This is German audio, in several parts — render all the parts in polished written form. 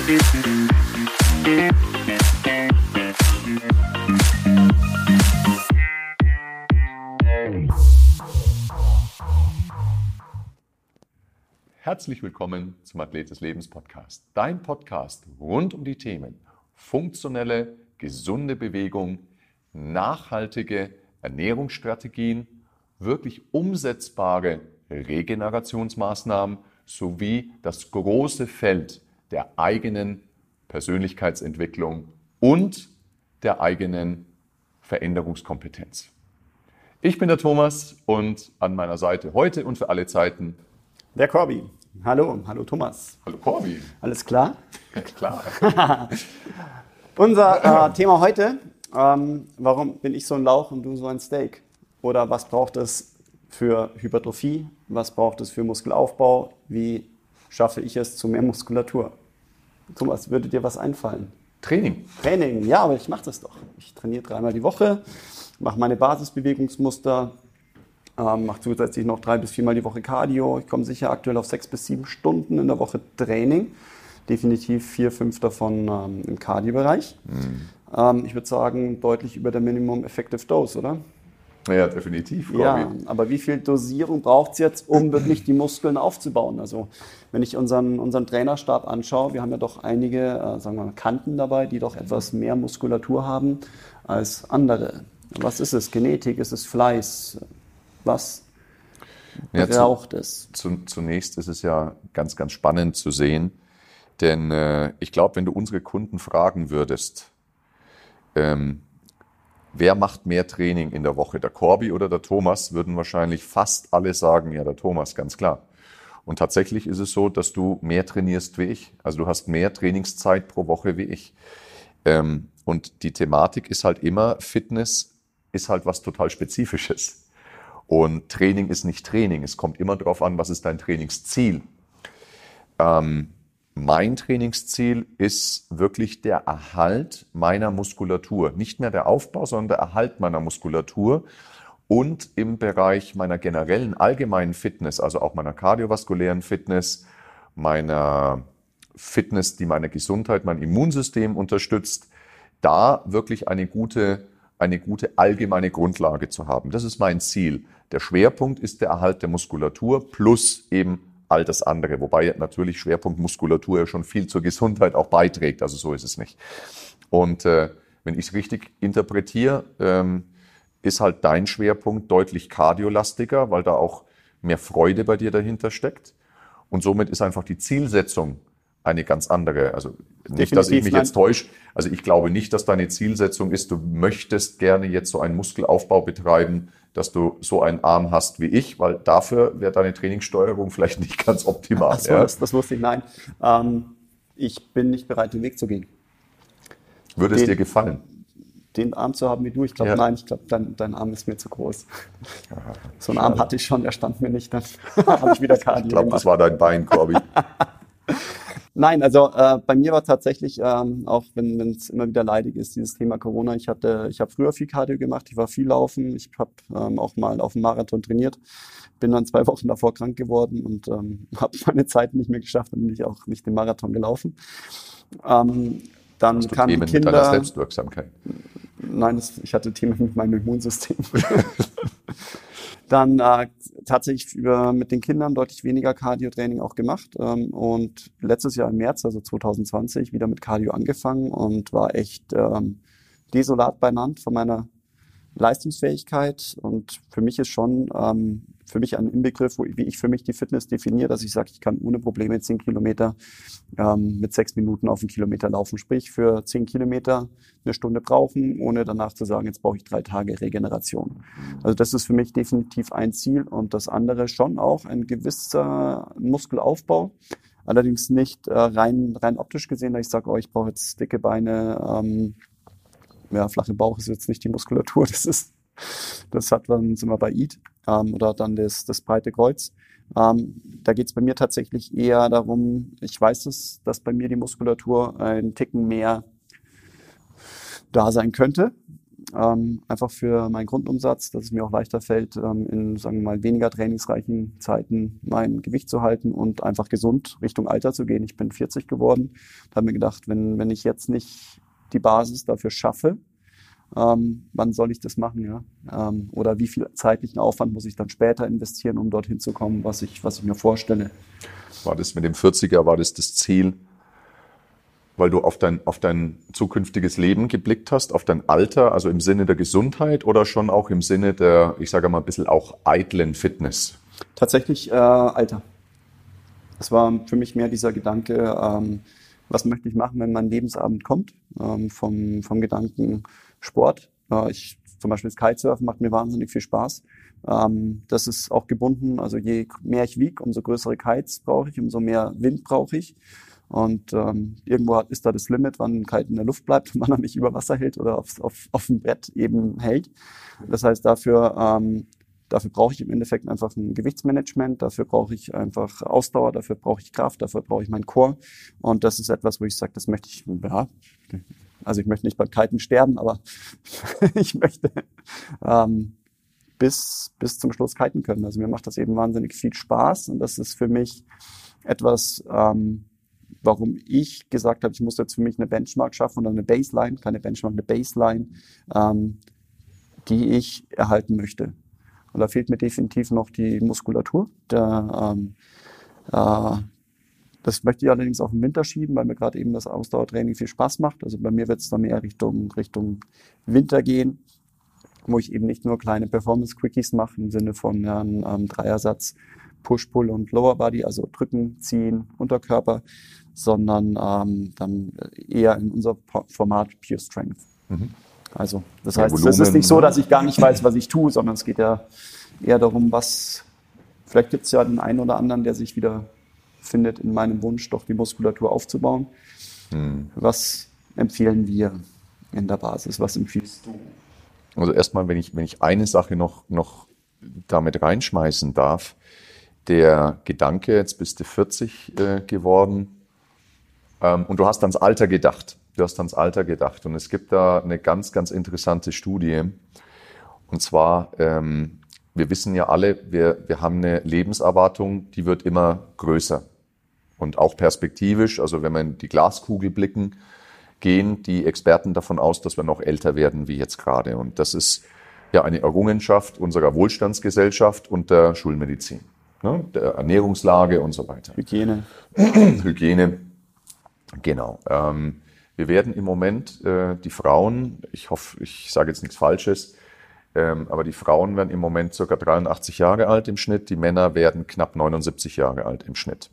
Herzlich willkommen zum Athlet des Lebens Podcast. Dein Podcast rund um die Themen funktionelle, gesunde Bewegung, nachhaltige Ernährungsstrategien, wirklich umsetzbare Regenerationsmaßnahmen sowie das große Feld der eigenen Persönlichkeitsentwicklung und der eigenen Veränderungskompetenz. Ich bin der Thomas und an meiner Seite heute und für alle Zeiten der Corby. Hallo Thomas. Hallo Corby. Alles klar? Klar. Unser Thema heute, warum bin ich so ein Lauch und du so ein Steak? Oder was braucht es für Hypertrophie? Was braucht es für Muskelaufbau? Wie schaffe ich es zu mehr Muskulatur? Thomas, würde dir was einfallen? Training, ja, aber ich mache das doch. Ich trainiere 3-mal die Woche, mache meine Basisbewegungsmuster, mache zusätzlich noch 3- bis 4-mal die Woche Cardio. Ich komme sicher aktuell auf 6 bis 7 Stunden in der Woche Training. Definitiv 4-5 davon im Cardio-Bereich. Ich würde sagen, deutlich über der Minimum Effective Dose, oder? Ja, definitiv. Ja, aber wie viel Dosierung braucht es jetzt, um wirklich die Muskeln aufzubauen? Also wenn ich unseren Trainerstab anschaue, wir haben ja doch einige, sagen wir mal, Kanten dabei, die doch etwas mehr Muskulatur haben als andere. Was ist es? Genetik? Ist es Fleiß? Was braucht es? Zunächst ist es ja ganz, ganz spannend zu sehen, denn ich glaube, wenn du unsere Kunden fragen würdest, wer macht mehr Training in der Woche, der Corby oder der Thomas, würden wahrscheinlich fast alle sagen, ja, der Thomas, ganz klar. Und tatsächlich ist es so, dass du mehr trainierst wie ich. Also du hast mehr Trainingszeit pro Woche wie ich. Und die Thematik ist halt immer, Fitness ist halt was total Spezifisches. Und Training ist nicht Training. Es kommt immer darauf an, was ist dein Trainingsziel. Mein Trainingsziel ist wirklich der Erhalt meiner Muskulatur. Nicht mehr der Aufbau, sondern der Erhalt meiner Muskulatur. Und im Bereich meiner generellen allgemeinen Fitness, also auch meiner kardiovaskulären Fitness, meiner Fitness, die meine Gesundheit, mein Immunsystem unterstützt, da wirklich eine gute allgemeine Grundlage zu haben. Das ist mein Ziel. Der Schwerpunkt ist der Erhalt der Muskulatur plus eben all das andere. Wobei natürlich Schwerpunkt Muskulatur ja schon viel zur Gesundheit auch beiträgt. Also so ist es nicht. Und wenn ich es richtig interpretiere, ist halt dein Schwerpunkt deutlich kardiolastiger, weil da auch mehr Freude bei dir dahinter steckt. Und somit ist einfach die Zielsetzung eine ganz andere. Also nicht, dass ich mich jetzt täusche. Also ich glaube nicht, dass deine Zielsetzung ist, du möchtest gerne jetzt so einen Muskelaufbau betreiben, dass du so einen Arm hast wie ich, weil dafür wäre deine Trainingssteuerung vielleicht nicht ganz optimal. Ach so, ja? Das wusste ich, nein. Ich bin nicht bereit, den Weg zu gehen. Würde es dir gefallen? Den Arm zu haben wie du? Ich glaube, nein, ich glaube, dein Arm ist mir zu groß. Ja, so einen Arm hatte ich schon, der stand mir nicht, dann habe ich wieder Cardio Ich glaube, das war dein Bein, Corby. Nein, also bei mir war tatsächlich, auch wenn es immer wieder leidig ist, dieses Thema Corona. Ich habe früher viel Cardio gemacht, ich war viel laufen, ich habe auch mal auf dem Marathon trainiert, bin dann 2 Wochen davor krank geworden und habe meine Zeit nicht mehr geschafft und bin ich auch nicht den Marathon gelaufen. Dann Hast du kamen Themen die Kinder. Mit deiner Selbstwirksamkeit? Nein, ich hatte Themen mit meinem Immunsystem. Dann tatsächlich mit den Kindern deutlich weniger Cardio-Training auch gemacht und letztes Jahr im März, also 2020, wieder mit Cardio angefangen und war echt desolat benannt von meiner Leistungsfähigkeit. Und für mich ist schon für mich ein Inbegriff, wie ich für mich die Fitness definiere, dass ich sage, ich kann ohne Probleme 10 Kilometer mit 6 Minuten auf einen Kilometer laufen. Sprich, für 10 Kilometer 1 Stunde brauchen, ohne danach zu sagen, jetzt brauche ich 3 Tage Regeneration. Also das ist für mich definitiv ein Ziel und das andere schon auch ein gewisser Muskelaufbau. Allerdings nicht rein optisch gesehen, dass ich sage, ich brauche jetzt dicke Beine, flache Bauch ist jetzt nicht die Muskulatur, das hat dann, sind wir bei EAT, oder dann das breite Kreuz. Da geht es bei mir tatsächlich eher darum, ich weiß, dass bei mir die Muskulatur einen Ticken mehr da sein könnte. einfach für meinen Grundumsatz, dass es mir auch leichter fällt, in, sagen wir mal, weniger trainingsreichen Zeiten mein Gewicht zu halten und einfach gesund Richtung Alter zu gehen. Ich bin 40 geworden. Da habe ich mir gedacht, wenn ich jetzt nicht die Basis dafür schaffe, wann soll ich das machen, ja? Oder wie viel zeitlichen Aufwand muss ich dann später investieren, um dorthin zu kommen, was ich mir vorstelle. War das mit dem 40er, war das Ziel, weil du auf dein zukünftiges Leben geblickt hast, auf dein Alter, also im Sinne der Gesundheit oder schon auch im Sinne der, ich sage mal ein bisschen auch eitlen Fitness? Tatsächlich Alter. Es war für mich mehr dieser Gedanke, was möchte ich machen, wenn mein Lebensabend kommt, vom Gedanken Sport. Zum Beispiel das Kitesurfen macht mir wahnsinnig viel Spaß. Das ist auch gebunden, also je mehr ich wiege, umso größere Kites brauche ich, umso mehr Wind brauche ich. Und irgendwo ist da das Limit, wann ein Kite in der Luft bleibt und wann er mich über Wasser hält oder auf dem Brett eben hält. Das heißt, dafür brauche ich im Endeffekt einfach ein Gewichtsmanagement, dafür brauche ich einfach Ausdauer, dafür brauche ich Kraft, dafür brauche ich meinen Core. Und das ist etwas, wo ich sage, das möchte ich, ja, also ich möchte nicht beim Kiten sterben, aber ich möchte bis zum Schluss kiten können. Also mir macht das eben wahnsinnig viel Spaß und das ist für mich etwas, warum ich gesagt habe, ich muss jetzt für mich eine Benchmark schaffen oder eine Baseline, keine Benchmark, eine Baseline, die ich erhalten möchte. Und da fehlt mir definitiv noch die Muskulatur. Das möchte ich allerdings auf den Winter schieben, weil mir gerade eben das Ausdauertraining viel Spaß macht. Also bei mir wird es dann mehr Richtung Winter gehen, wo ich eben nicht nur kleine Performance-Quickies mache im Sinne von einem Dreiersatz Push, Pull und Lower Body, also drücken, ziehen, Unterkörper, sondern dann eher in unser Format Pure Strength. Mhm. Also das heißt, Volumen, es ist nicht so, dass ich gar nicht weiß, was ich tue, sondern es geht ja eher darum, vielleicht gibt es ja den einen oder anderen, der sich wieder findet in meinem Wunsch, doch die Muskulatur aufzubauen. Was empfehlen wir in der Basis? Was empfiehlst du? Also erstmal, wenn ich eine Sache noch damit reinschmeißen darf, der Gedanke, jetzt bist du 40 geworden und du hast ans Alter gedacht. Und es gibt da eine ganz, ganz interessante Studie. Und zwar, wir wissen ja alle, wir haben eine Lebenserwartung, die wird immer größer. Und auch perspektivisch, also wenn wir in die Glaskugel blicken, gehen die Experten davon aus, dass wir noch älter werden wie jetzt gerade. Und das ist ja eine Errungenschaft unserer Wohlstandsgesellschaft und der Schulmedizin, ne? Der Ernährungslage und so weiter. Hygiene, genau. Wir werden im Moment, die Frauen, ich hoffe, ich sage jetzt nichts Falsches, aber die Frauen werden im Moment ca. 83 Jahre alt im Schnitt, die Männer werden knapp 79 Jahre alt im Schnitt.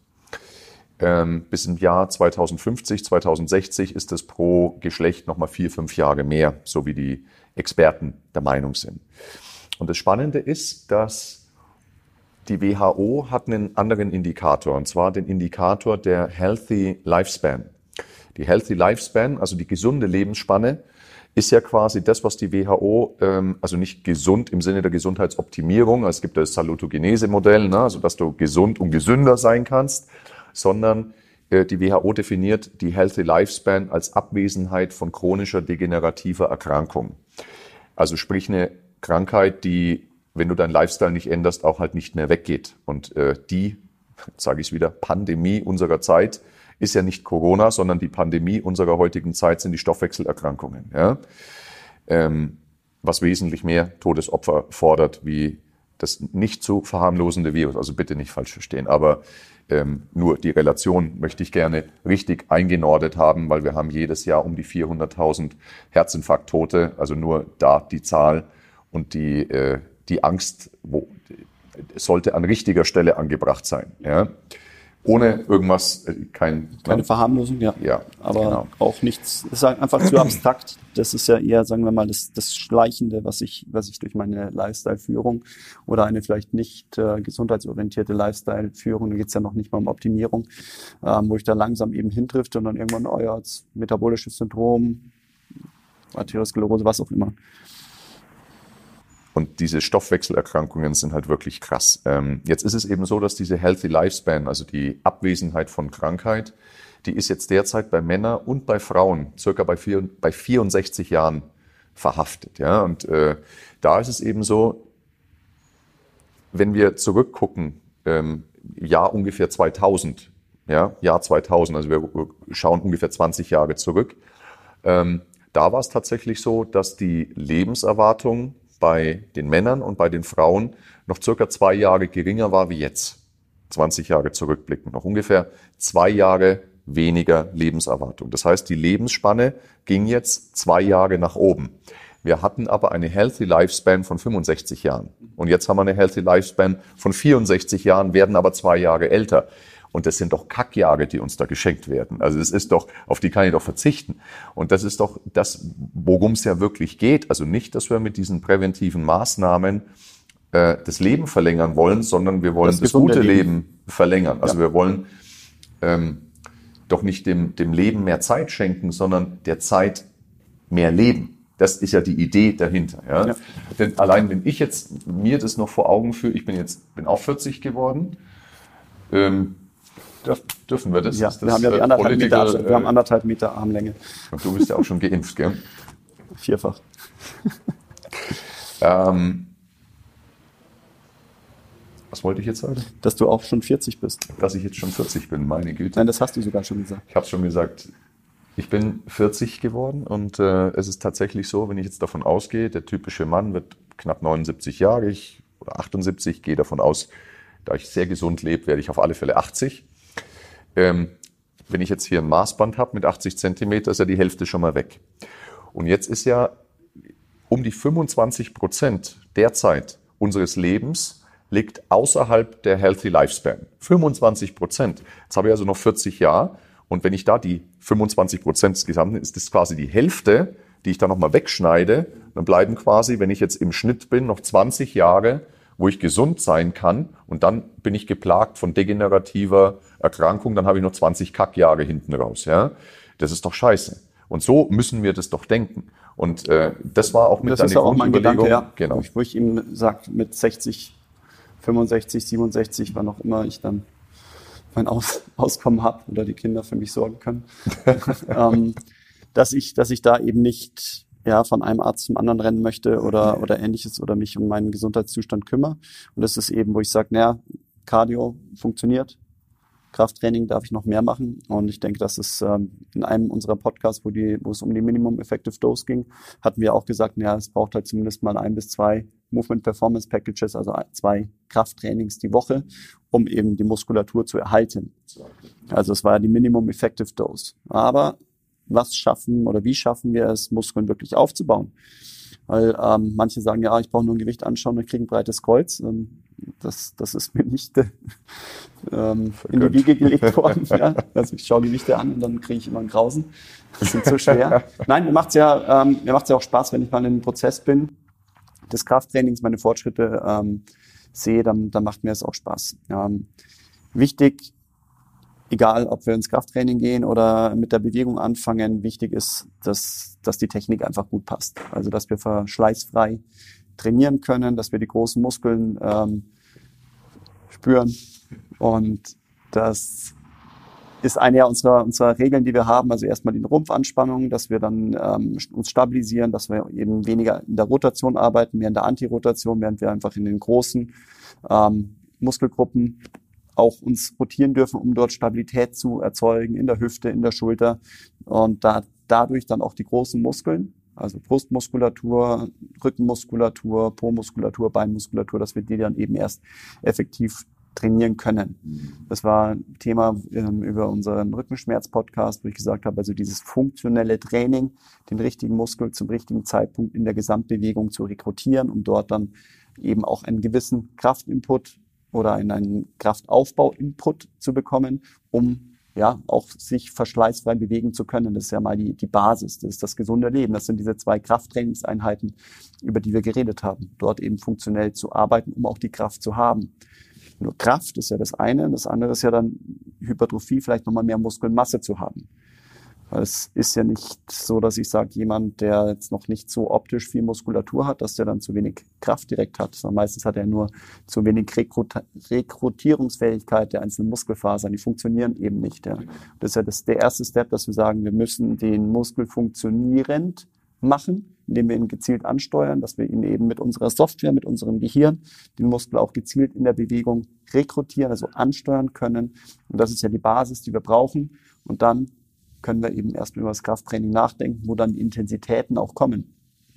Bis im Jahr 2050, 2060 ist es pro Geschlecht nochmal 4-5 Jahre mehr, so wie die Experten der Meinung sind. Und das Spannende ist, dass die WHO hat einen anderen Indikator, und zwar den Indikator der Healthy Lifespan. Die Healthy Lifespan, also die gesunde Lebensspanne, ist ja quasi das, was die WHO, also nicht gesund im Sinne der Gesundheitsoptimierung, es gibt das Salutogenese-Modell, ne, also dass du gesund und gesünder sein kannst, sondern die WHO definiert die Healthy Lifespan als Abwesenheit von chronischer degenerativer Erkrankung. Also sprich eine Krankheit, die, wenn du deinen Lifestyle nicht änderst, auch halt nicht mehr weggeht. Und sage ich wieder, Pandemie unserer Zeit ist ja nicht Corona, sondern die Pandemie unserer heutigen Zeit sind die Stoffwechselerkrankungen. Ja? Was wesentlich mehr Todesopfer fordert, wie das nicht zu verharmlosende Virus. Also bitte nicht falsch verstehen, aber nur die Relation möchte ich gerne richtig eingenordet haben, weil wir haben jedes Jahr um die 400.000 Herzinfarkttote, also nur da die Zahl und die Angst sollte an richtiger Stelle angebracht sein. Ja? Ohne irgendwas, keine Verharmlosung, ja. Aber genau. Auch nichts, das ist halt einfach zu abstrakt. Das ist ja eher, sagen wir mal, das Schleichende, was ich durch meine Lifestyle-Führung oder eine vielleicht nicht gesundheitsorientierte Lifestyle-Führung, da geht es ja noch nicht mal um Optimierung, wo ich da langsam eben hintrifft und dann irgendwann, jetzt metabolisches Syndrom, Arteriosklerose, was auch immer. Und diese Stoffwechselerkrankungen sind halt wirklich krass. Jetzt ist es eben so, dass diese Healthy Lifespan, also die Abwesenheit von Krankheit, die ist jetzt derzeit bei Männern und bei Frauen circa bei 64 Jahren verhaftet. Ja? Und da ist es eben so, wenn wir zurückgucken, Jahr ungefähr 2000, ja, Jahr 2000, also wir schauen ungefähr 20 Jahre zurück, da war es tatsächlich so, dass die Lebenserwartung bei den Männern und bei den Frauen noch circa 2 Jahre geringer war wie jetzt. 20 Jahre zurückblicken, noch ungefähr 2 Jahre weniger Lebenserwartung. Das heißt, die Lebensspanne ging jetzt 2 Jahre nach oben. Wir hatten aber eine Healthy Lifespan von 65 Jahren. Und jetzt haben wir eine Healthy Lifespan von 64 Jahren, werden aber 2 Jahre älter. Und das sind doch Kackjahre, die uns da geschenkt werden. Also das ist doch, auf die kann ich doch verzichten. Und das ist doch das, worum es ja wirklich geht. Also nicht, dass wir mit diesen präventiven Maßnahmen das Leben verlängern wollen, sondern wir wollen das gute Leben verlängern. Also wir wollen doch nicht dem Leben mehr Zeit schenken, sondern der Zeit mehr Leben. Das ist ja die Idee dahinter. Ja? Ja. Denn allein wenn ich jetzt mir das noch vor Augen führe, ich bin auch 40 geworden, dürfen wir das? Ja, das wir haben ja die 1,5 Meter, wir haben 1,5 Meter Armlänge. Und du bist ja auch schon geimpft, gell? 4-fach. Was wollte ich jetzt sagen? Dass du auch schon 40 bist. Dass ich jetzt schon 40 bin, meine Güte. Nein, das hast du sogar schon gesagt. Ich habe schon gesagt, ich bin 40 geworden und es ist tatsächlich so, wenn ich jetzt davon ausgehe, der typische Mann wird knapp 79 Jahre, oder 78, gehe davon aus, da ich sehr gesund lebe, werde ich auf alle Fälle 80. Wenn ich jetzt hier ein Maßband habe mit 80 Zentimeter, ist ja die Hälfte schon mal weg. Und jetzt ist ja um die 25% der Zeit unseres Lebens liegt außerhalb der Healthy Lifespan. 25%. Jetzt habe ich also noch 40 Jahre. Und wenn ich da die 25% des Gesamten, ist das quasi die Hälfte, die ich da nochmal wegschneide. Dann bleiben quasi, wenn ich jetzt im Schnitt bin, noch 20 Jahre, wo ich gesund sein kann. Und dann bin ich geplagt von degenerativer Erkrankung. Dann habe ich noch 20 Kackjahre hinten raus. Ja? Das ist doch scheiße. Und so müssen wir das doch denken. Und das war auch mit das ist ja auch mein Gedanke, ja. Genau. Wo ich ihm sage, mit 60, 65, 67, wann auch immer ich dann mein Auskommen habe oder die Kinder für mich sorgen können, dass ich da eben nicht von einem Arzt zum anderen rennen möchte oder Ähnliches oder mich um meinen Gesundheitszustand kümmere. Und das ist eben, wo ich sage, Cardio funktioniert, Krafttraining darf ich noch mehr machen. Und ich denke, dass es in einem unserer Podcasts, wo es um die Minimum Effective Dose ging, hatten wir auch gesagt, es braucht halt zumindest mal 1 bis 2 Movement Performance Packages, also 2 Krafttrainings die Woche, um eben die Muskulatur zu erhalten. Also es war ja die Minimum Effective Dose. Aber wie schaffen wir es, Muskeln wirklich aufzubauen? Weil manche sagen, ich brauche nur ein Gewicht anschauen und kriege ein breites Kreuz. Das ist mir nicht in die Wiege gelegt worden. Ja. Also ich schaue Gewichte an und dann kriege ich immer ein Grausen. Das ist zu schwer. Nein, mir macht's ja auch Spaß, wenn ich mal in einem Prozess bin, des Krafttrainings, meine Fortschritte sehe, dann macht mir es auch Spaß. Wichtig, egal ob wir ins Krafttraining gehen oder mit der Bewegung anfangen, wichtig ist, dass die Technik einfach gut passt. Also dass wir verschleißfrei trainieren können, dass wir die großen Muskeln spüren. Und das ist eine unserer Regeln, die wir haben. Also erstmal die Rumpfanspannung, dass wir dann uns stabilisieren, dass wir eben weniger in der Rotation arbeiten, mehr in der Antirotation, während wir einfach in den großen Muskelgruppen auch uns rotieren dürfen, um dort Stabilität zu erzeugen in der Hüfte, in der Schulter und dadurch dann auch die großen Muskeln, also Brustmuskulatur, Rückenmuskulatur, Po-Muskulatur, Beinmuskulatur, dass wir die dann eben erst effektiv trainieren können. Das war ein Thema über unseren Rückenschmerz-Podcast, wo ich gesagt habe, also dieses funktionelle Training, den richtigen Muskel zum richtigen Zeitpunkt in der Gesamtbewegung zu rekrutieren, um dort dann eben auch einen gewissen Kraftinput oder einen Kraftaufbau-Input zu bekommen, um auch sich verschleißfrei bewegen zu können. Das ist ja mal die Basis, das ist das gesunde Leben. Das sind diese 2 Krafttrainingseinheiten, über die wir geredet haben. Dort eben funktionell zu arbeiten, um auch die Kraft zu haben. Nur Kraft ist ja das eine, das andere ist ja dann Hypertrophie, vielleicht nochmal mehr Muskelmasse zu haben. Weil es ist ja nicht so, dass ich sage, jemand, der jetzt noch nicht so optisch viel Muskulatur hat, dass der dann zu wenig Kraft direkt hat, sondern meistens hat er nur zu wenig Rekrutierungsfähigkeit der einzelnen Muskelfasern. Die funktionieren eben nicht. Ja. Das ist ja der erste Step, dass wir sagen, wir müssen den Muskel funktionierend machen, indem wir ihn gezielt ansteuern, dass wir ihn eben mit unserer Software, mit unserem Gehirn, den Muskel auch gezielt in der Bewegung rekrutieren, also ansteuern können. Und das ist ja die Basis, die wir brauchen. Und dann können wir eben erst über das Krafttraining nachdenken, wo dann die Intensitäten auch kommen.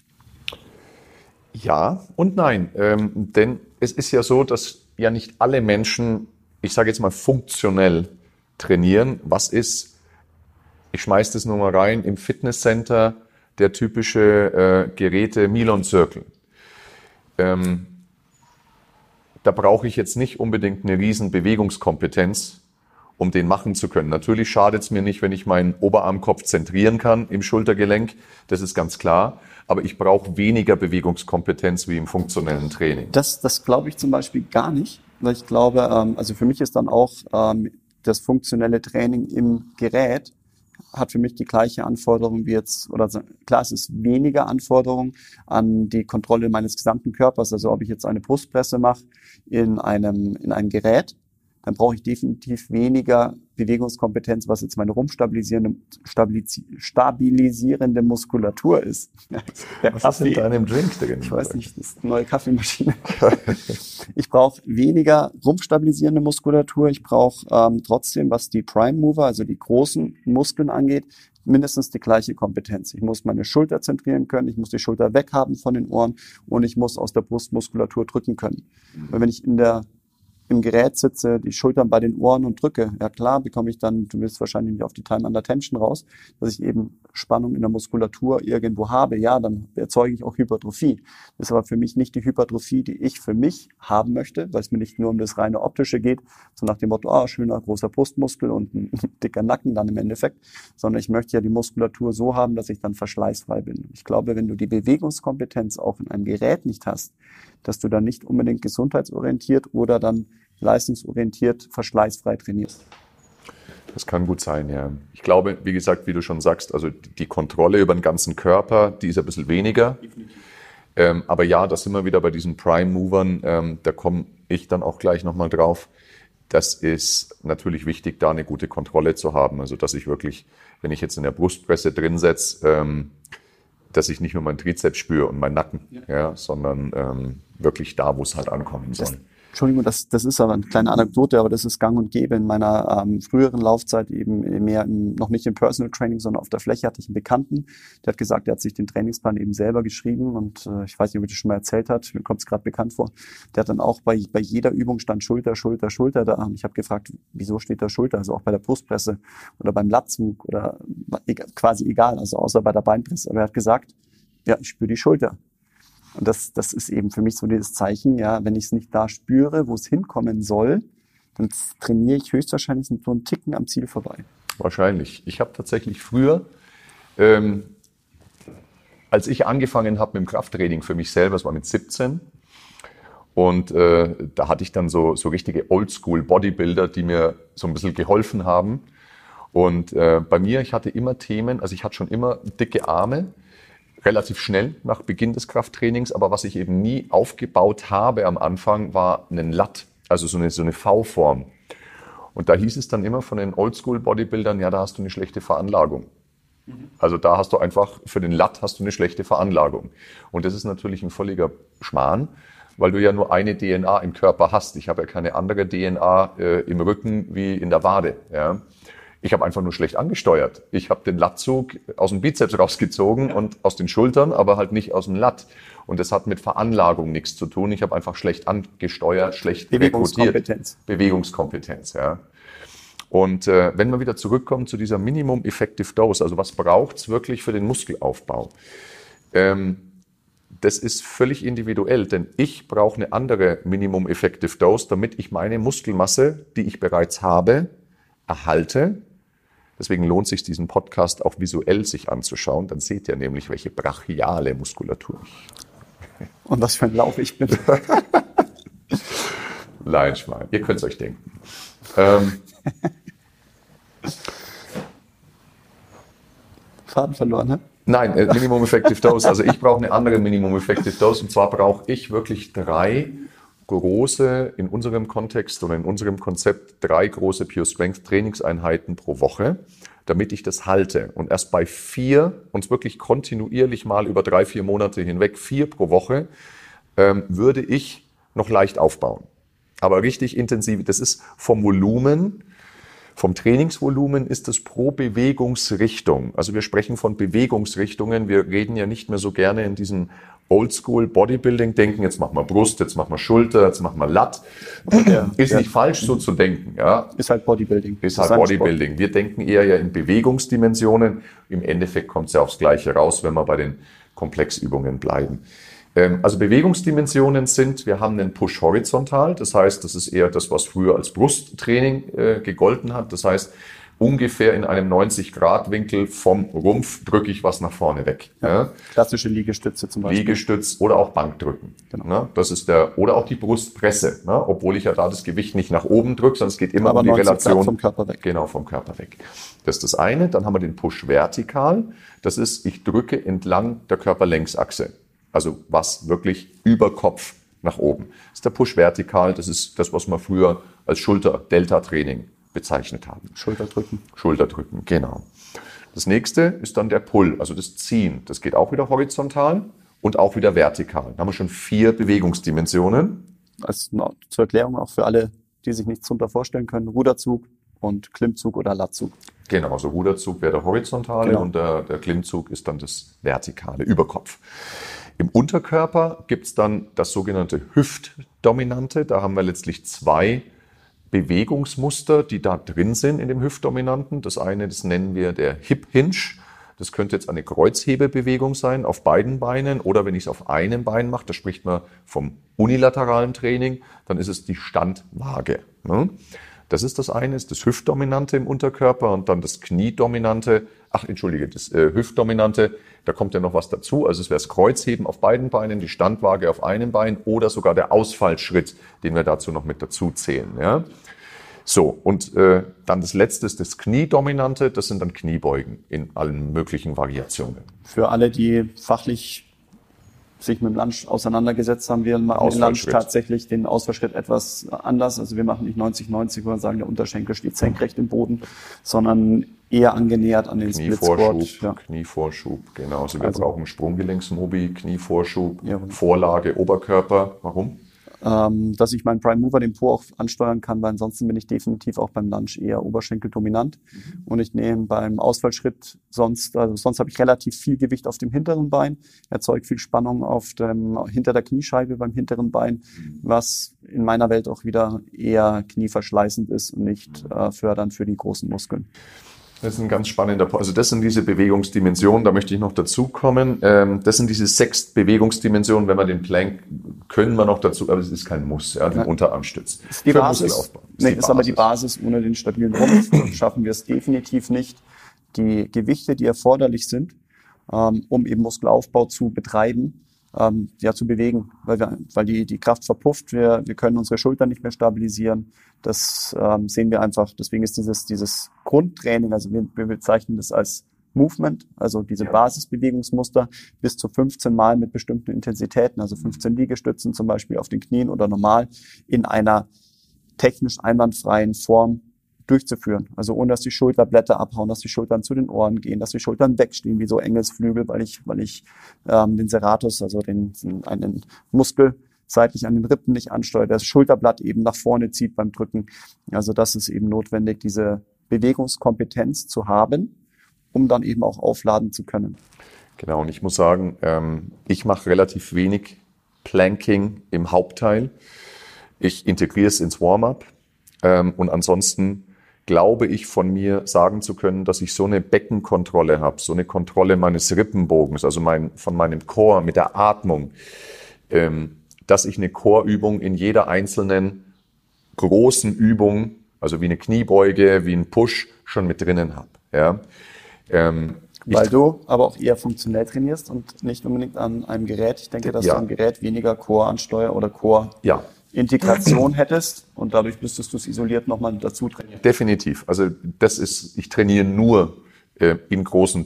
Ja und nein, denn es ist ja so, dass ja nicht alle Menschen, ich sage jetzt mal funktionell trainieren. Was ist, ich schmeiß das nur mal rein, im Fitnesscenter der typische Geräte Milon Circle. Da brauche ich jetzt nicht unbedingt eine riesen Bewegungskompetenz, um den machen zu können. Natürlich schadet es mir nicht, wenn ich meinen Oberarmkopf zentrieren kann im Schultergelenk, das ist ganz klar. Aber ich brauche weniger Bewegungskompetenz wie im funktionellen Training. Das glaube ich zum Beispiel gar nicht, weil ich glaube, also für mich ist dann auch das funktionelle Training im Gerät hat für mich die gleiche Anforderung wie jetzt, oder klar, es ist weniger Anforderung an die Kontrolle meines gesamten Körpers. Also ob ich jetzt eine Brustpresse mache in einem Gerät, dann brauche ich definitiv weniger Bewegungskompetenz, was jetzt meine rumpstabilisierende Muskulatur ist. Was ist in deinem Drink drin? Ich weiß nicht, das ist eine neue Kaffeemaschine. Ich brauche weniger rumpfstabilisierende Muskulatur. Ich brauche trotzdem, was die Prime Mover, also die großen Muskeln angeht, mindestens die gleiche Kompetenz. Ich muss meine Schulter zentrieren können, ich muss die Schulter weghaben von den Ohren und ich muss aus der Brustmuskulatur drücken können. Weil wenn ich im Gerät sitze, die Schultern bei den Ohren und drücke, ja klar, bekomme ich dann, du willst wahrscheinlich nicht auf die Time under Tension raus, dass ich eben Spannung in der Muskulatur irgendwo habe, ja, dann erzeuge ich auch Hypertrophie. Das ist aber für mich nicht die Hypertrophie, die ich für mich haben möchte, weil es mir nicht nur um das reine Optische geht, so nach dem Motto, schöner großer Brustmuskel und ein dicker Nacken dann im Endeffekt, sondern ich möchte ja die Muskulatur so haben, dass ich dann verschleißfrei bin. Ich glaube, wenn du die Bewegungskompetenz auch in einem Gerät nicht hast, dass du dann nicht unbedingt gesundheitsorientiert oder dann leistungsorientiert verschleißfrei trainierst. Das kann gut sein, ja. Ich glaube, wie gesagt, wie du schon sagst, also die Kontrolle über den ganzen Körper, die ist ein bisschen weniger. Aber ja, da sind wir wieder bei diesen Prime-Movern. Da komme ich dann auch gleich nochmal drauf. Das ist natürlich wichtig, da eine gute Kontrolle zu haben. Also dass ich wirklich, wenn ich jetzt in der Brustpresse drin setze, dass ich nicht nur meinen Trizeps spüre und meinen Nacken, ja, sondern wirklich da, wo es halt ankommen soll. Entschuldigung, das ist aber eine kleine Anekdote, aber das ist gang und gäbe. In meiner früheren Laufzeit eben mehr noch nicht im Personal Training, sondern auf der Fläche hatte ich einen Bekannten, der hat gesagt, der hat sich den Trainingsplan eben selber geschrieben und ich weiß nicht, ob er das schon mal erzählt hat, mir kommt es gerade bekannt vor. Der hat dann auch bei jeder Übung stand Schulter, Schulter, Schulter da und ich habe gefragt, wieso steht da Schulter? Also auch bei der Brustpresse oder beim Latzug oder quasi egal, also außer bei der Beinpresse. Aber er hat gesagt, ja, ich spüre die Schulter. Und das ist eben für mich so dieses Zeichen, ja, wenn ich es nicht da spüre, wo es hinkommen soll, dann trainiere ich höchstwahrscheinlich so einen Ticken am Ziel vorbei. Wahrscheinlich. Ich habe tatsächlich früher, als ich angefangen habe mit dem Krafttraining für mich selber, das war mit 17, und da hatte ich dann so richtige Oldschool-Bodybuilder, die mir so ein bisschen geholfen haben. Und bei mir, ich hatte immer Themen, also ich hatte schon immer dicke Arme, relativ schnell nach Beginn des Krafttrainings, aber was ich eben nie aufgebaut habe am Anfang, war einen Lat, also so eine V-Form. Und da hieß es dann immer von den Oldschool-Bodybuildern, ja, da hast du eine schlechte Veranlagung. Also da hast du einfach, für den Lat hast du eine schlechte Veranlagung. Und das ist natürlich ein völliger Schmarrn, weil du ja nur eine DNA im Körper hast. Ich habe ja keine andere DNA im Rücken wie in der Wade, ja. Ich habe einfach nur schlecht angesteuert. Ich habe den Latzug aus dem Bizeps rausgezogen und aus den Schultern, aber halt nicht aus dem Lat. Und das hat mit Veranlagung nichts zu tun. Ich habe einfach schlecht angesteuert, schlecht rekrutiert. Bewegungskompetenz, ja. Und wenn wir wieder zurückkommen zu dieser Minimum Effective Dose, also was braucht's wirklich für den Muskelaufbau? Das ist völlig individuell, denn ich brauche eine andere Minimum Effective Dose, damit ich meine Muskelmasse, die ich bereits habe, erhalte. Deswegen lohnt es sich, diesen Podcast auch visuell sich anzuschauen. Dann seht ihr nämlich, welche brachiale Muskulatur ich. Und was für ein Lauf ich bin. Nein, Schwein. Ihr könnt es euch denken. Faden verloren, ne? Nein, Minimum Effective Dose. Also ich brauche eine andere Minimum Effective Dose. Und zwar brauche ich wirklich 3 in unserem Kontext oder in unserem Konzept 3 große Pure Strength Trainingseinheiten pro Woche, damit ich das halte. Und erst bei 4, uns wirklich kontinuierlich mal über 3, 4 Monate hinweg, 4 pro Woche, würde ich noch leicht aufbauen. Aber richtig intensiv, das ist vom Volumen, vom Trainingsvolumen ist es pro Bewegungsrichtung. Also wir sprechen von Bewegungsrichtungen. Wir reden ja nicht mehr so gerne in diesem Oldschool Bodybuilding denken. Jetzt machen wir Brust, jetzt machen wir Schulter, jetzt machen wir Lat. Ist nicht falsch, so zu denken. Ja. Ist halt Bodybuilding. Ist halt Bodybuilding. Wir denken eher ja in Bewegungsdimensionen. Im Endeffekt kommt es ja aufs Gleiche raus, wenn wir bei den Komplexübungen bleiben. Also Bewegungsdimensionen sind, wir haben einen Push horizontal, das heißt, das ist eher das, was früher als Brusttraining gegolten hat. Das heißt, ungefähr in einem 90-Grad-Winkel vom Rumpf drücke ich was nach vorne weg. Ja. Klassische Liegestütze zum Beispiel. Liegestütz oder auch Bankdrücken. Genau. Ne? Das ist oder auch die Brustpresse, ne? Obwohl ich ja da das Gewicht nicht nach oben drücke, sondern es geht immer um die Relation. Grad vom Körper weg. Genau, vom Körper weg. Das ist das eine. Dann haben wir den Push vertikal. Das ist, ich drücke entlang der Körperlängsachse. Also was wirklich über Kopf nach oben. Das ist der Push vertikal, das ist das, was wir früher als Schulter-Delta-Training bezeichnet haben. Schulterdrücken, genau. Das nächste ist dann der Pull, also das Ziehen. Das geht auch wieder horizontal und auch wieder vertikal. Da haben wir schon 4 Bewegungsdimensionen. Zur Erklärung auch für alle, die sich nichts darunter vorstellen können, Ruderzug und Klimmzug oder Latzug. Genau, also Ruderzug wäre der horizontale und der Klimmzug ist dann das vertikale, Überkopf. Im Unterkörper gibt es dann das sogenannte Hüftdominante. Da haben wir letztlich 2 Bewegungsmuster, die da drin sind in dem Hüftdominanten. Das eine, das nennen wir der Hip Hinge. Das könnte jetzt eine Kreuzhebebewegung sein auf beiden Beinen oder wenn ich es auf einem Bein mache, da spricht man vom unilateralen Training, dann ist es die Standwaage. Das ist das eine, ist das Hüftdominante im Unterkörper und dann das Kniedominante, das Hüftdominante, da kommt ja noch was dazu, also es wäre das Kreuzheben auf beiden Beinen, die Standwaage auf einem Bein oder sogar der Ausfallschritt, den wir dazu noch mit dazu zählen. Ja. So, und dann das letzte ist das Kniedominante, das sind dann Kniebeugen in allen möglichen Variationen. Für alle, die fachlich sich mit dem Lunge auseinandergesetzt haben, wir machen den Lunge tatsächlich den Ausfallschritt etwas anders. Also wir machen nicht 90-90, wo wir sagen, der Unterschenkel steht senkrecht im Boden, sondern eher angenähert an den Split Squat. Ja. Knievorschub, genau. Also wir brauchen Sprunggelenksmobi, Knievorschub, Vorlage, Oberkörper. Warum? Dass ich meinen Prime Mover, den Po auch ansteuern kann, weil ansonsten bin ich definitiv auch beim Lunge eher oberschenkeldominant. Und ich nehme beim Ausfallschritt sonst habe ich relativ viel Gewicht auf dem hinteren Bein, erzeugt viel Spannung hinter der Kniescheibe beim hinteren Bein, was in meiner Welt auch wieder eher knieverschleißend ist und nicht fördernd für die großen Muskeln. Das ist ein ganz spannender Punkt. Also das sind diese Bewegungsdimensionen, da möchte ich noch dazu kommen. Das sind diese 6 Bewegungsdimensionen. Wenn wir den Plank können wir noch dazu, aber es ist kein Muss, ja, den Unterarmstütz. Ist die Basis. Ist aber die Basis. Ohne den stabilen Rumpf schaffen wir es definitiv nicht. Die Gewichte, die erforderlich sind, um eben Muskelaufbau zu betreiben, zu bewegen, weil die Kraft verpufft. Wir können unsere Schultern nicht mehr stabilisieren. Das sehen wir einfach. Deswegen ist dieses Grundtraining, also wir bezeichnen das als Movement, also diese Basisbewegungsmuster bis zu 15 Mal mit bestimmten Intensitäten, also 15 Liegestützen zum Beispiel auf den Knien oder normal in einer technisch einwandfreien Form durchzuführen. Also ohne, dass die Schulterblätter abhauen, dass die Schultern zu den Ohren gehen, dass die Schultern wegstehen wie so Engelsflügel, weil ich den Serratus, also einen Muskel seitlich an den Rippen nicht ansteuere, das Schulterblatt eben nach vorne zieht beim Drücken. Also das ist eben notwendig, diese Bewegungskompetenz zu haben, um dann eben auch aufladen zu können. Genau, und ich muss sagen, ich mache relativ wenig Planking im Hauptteil. Ich integriere es ins Warm-up und ansonsten glaube ich von mir sagen zu können, dass ich so eine Beckenkontrolle habe, so eine Kontrolle meines Rippenbogens, also von meinem Core mit der Atmung, dass ich eine Core-Übung in jeder einzelnen großen Übung, also wie eine Kniebeuge, wie ein Push, schon mit drinnen habe. Ja. Weil du aber auch eher funktionell trainierst und nicht unbedingt an einem Gerät. Ich denke, dass du am Gerät weniger Core-Ansteuer oder Core-Integration hättest und dadurch müsstest du es isoliert nochmal dazu trainieren. Definitiv. Also ich trainiere nur in großen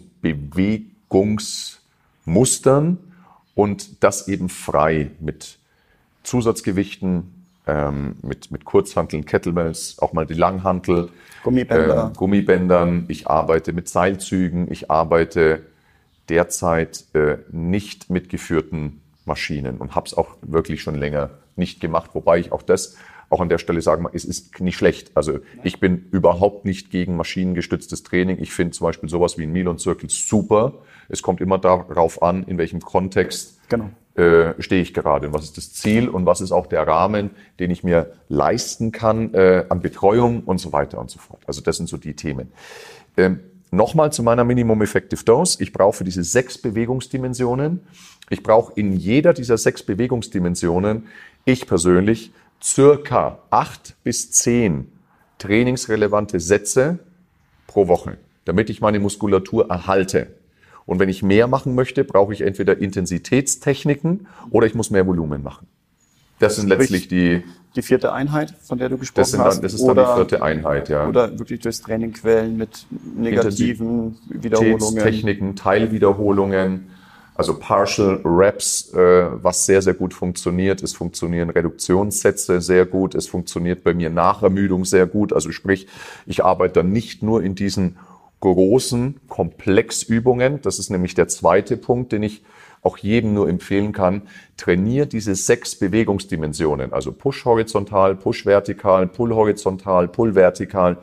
Bewegungsmustern und das eben frei mit Zusatzgewichten, mit Kurzhanteln, Kettlebells, auch mal die Langhantel, Gummibändern. Ich arbeite mit Seilzügen. Ich arbeite derzeit nicht mit geführten Maschinen und habe es auch wirklich schon länger nicht gemacht, wobei ich auch an der Stelle sagen mag, es ist nicht schlecht. Also ich bin überhaupt nicht gegen maschinengestütztes Training. Ich finde zum Beispiel sowas wie ein Milan Circle super. Es kommt immer darauf an, in welchem Kontext stehe ich gerade und was ist das Ziel und was ist auch der Rahmen, den ich mir leisten kann an Betreuung und so weiter und so fort. Also das sind so die Themen. Nochmal zu meiner Minimum Effective Dose. Ich brauche für diese 6 Bewegungsdimensionen, ich brauche in jeder dieser 6 Bewegungsdimensionen, ich persönlich, circa 8 bis 10 trainingsrelevante Sätze pro Woche, damit ich meine Muskulatur erhalte. Und wenn ich mehr machen möchte, brauche ich entweder Intensitätstechniken oder ich muss mehr Volumen machen. Das sind letztlich die 4. Einheit, von der du gesprochen hast. Das ist dann die 4. Einheit, ja. Oder wirklich durchs Training quälen mit negativen Wiederholungen. Techniken, Teilwiederholungen, also Partial Reps, was sehr, sehr gut funktioniert. Es funktionieren Reduktionssätze sehr gut. Es funktioniert bei mir Nachermüdung sehr gut. Also sprich, ich arbeite dann nicht nur in diesen großen Komplexübungen. Das ist nämlich der zweite Punkt, den ich auch jedem nur empfehlen kann. Trainiere diese 6 Bewegungsdimensionen, also Push horizontal, Push vertikal, Pull horizontal, Pull vertikal,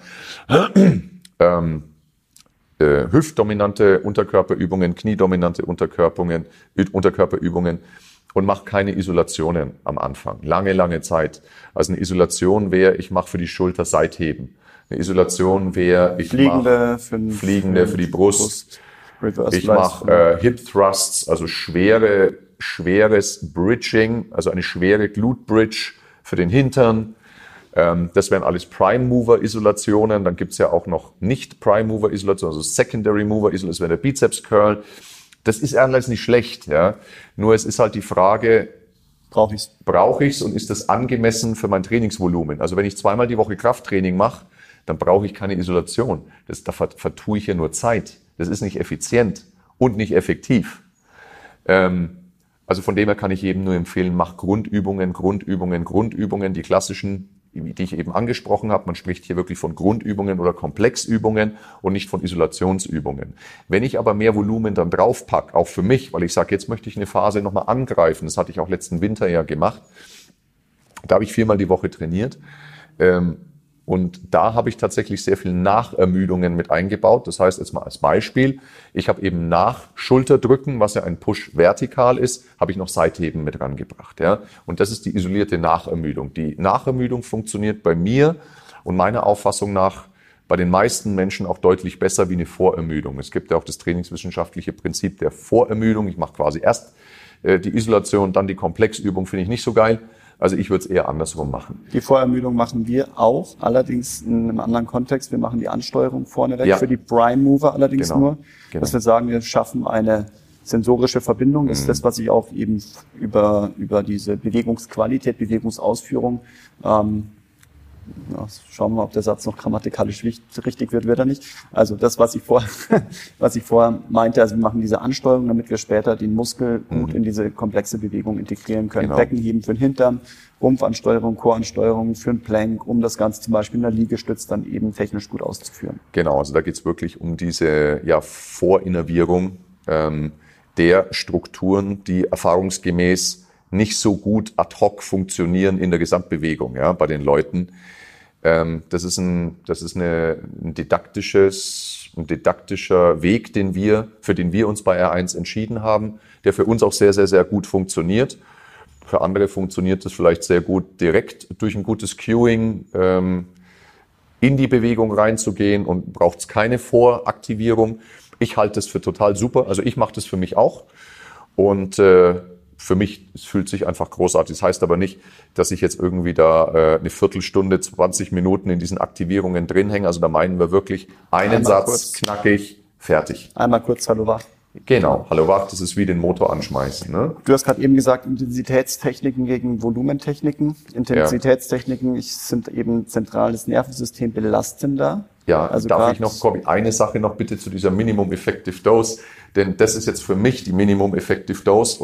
hüftdominante Unterkörperübungen, kniedominante Unterkörperübungen und mach keine Isolationen am Anfang. Lange Zeit. Also eine Isolation wäre, ich mache für die Schulter Seitheben. Eine Isolation wäre, ich mache Fliegende für die Brust. Ich mache Hip Thrusts, also schweres Bridging, also eine schwere Glute Bridge für den Hintern. Das wären alles Prime Mover Isolationen. Dann gibt's ja auch noch nicht Prime Mover Isolationen, also Secondary Mover Isolationen, das wäre der Bizeps Curl. Das ist alles nicht schlecht, ja. Nur es ist halt die Frage, brauche ich's und ist das angemessen für mein Trainingsvolumen? Also wenn ich 2-mal die Woche Krafttraining mache, dann brauche ich keine Isolation. Da vertue ich ja nur Zeit. Das ist nicht effizient und nicht effektiv. Also von dem her kann ich jedem nur empfehlen, mach Grundübungen, die klassischen, die ich eben angesprochen habe. Man spricht hier wirklich von Grundübungen oder Komplexübungen und nicht von Isolationsübungen. Wenn ich aber mehr Volumen dann draufpack, auch für mich, weil ich sage, jetzt möchte ich eine Phase nochmal angreifen, das hatte ich auch letzten Winter ja gemacht, da habe ich 4-mal die Woche trainiert, und da habe ich tatsächlich sehr viel Nachermüdungen mit eingebaut. Das heißt, jetzt mal als Beispiel, ich habe eben nach Schulterdrücken, was ja ein Push vertikal ist, habe ich noch Seitheben mit rangebracht. Ja? Und das ist die isolierte Nachermüdung. Die Nachermüdung funktioniert bei mir und meiner Auffassung nach bei den meisten Menschen auch deutlich besser wie eine Vorermüdung. Es gibt ja auch das trainingswissenschaftliche Prinzip der Vorermüdung. Ich mache quasi erst die Isolation, dann die Komplexübung, finde ich nicht so geil. Also ich würde es eher andersrum machen. Die Vorermüdung machen wir auch, allerdings in einem anderen Kontext. Wir machen die Ansteuerung vorneweg für die Prime Mover allerdings nur. Dass wir sagen, wir schaffen eine sensorische Verbindung. Das ist das, was ich auch eben über diese Bewegungsqualität, Bewegungsausführung, schauen wir mal, ob der Satz noch grammatikalisch richtig wird er nicht. Also das, was ich vorher meinte, also wir machen diese Ansteuerung, damit wir später den Muskel gut in diese komplexe Bewegung integrieren können. Genau. Beckenheben für den Hintern, Rumpfansteuerung, Choransteuerung für den Plank, um das Ganze zum Beispiel in der Liegestütz dann eben technisch gut auszuführen. Genau, also da geht es wirklich um diese Vorinnervierung der Strukturen, die erfahrungsgemäß nicht so gut ad hoc funktionieren in der Gesamtbewegung, ja, bei den Leuten. Das ist ein didaktischer Weg, für den wir uns bei R1 entschieden haben, der für uns auch sehr, sehr, sehr gut funktioniert. Für andere funktioniert es vielleicht sehr gut, direkt durch ein gutes Cueing in die Bewegung reinzugehen und braucht es keine Voraktivierung. Ich halte es für total super. Also ich mache das für mich auch. Und für mich, es fühlt sich einfach großartig. Das heißt aber nicht, dass ich jetzt irgendwie da eine Viertelstunde, 20 Minuten in diesen Aktivierungen drin hänge. Also da meinen wir wirklich einen Satz, kurz, knackig, fertig. Einmal kurz Hallo wach. Genau, Hallo wach, das ist wie den Motor anschmeißen. Ne? Du hast gerade eben gesagt, Intensitätstechniken gegen Volumentechniken. Intensitätstechniken sind eben zentrales Nervensystem belastender. Ja, also darf ich noch, Corby, eine Sache noch bitte zu dieser Minimum Effective Dose, denn das ist jetzt für mich die Minimum Effective Dose und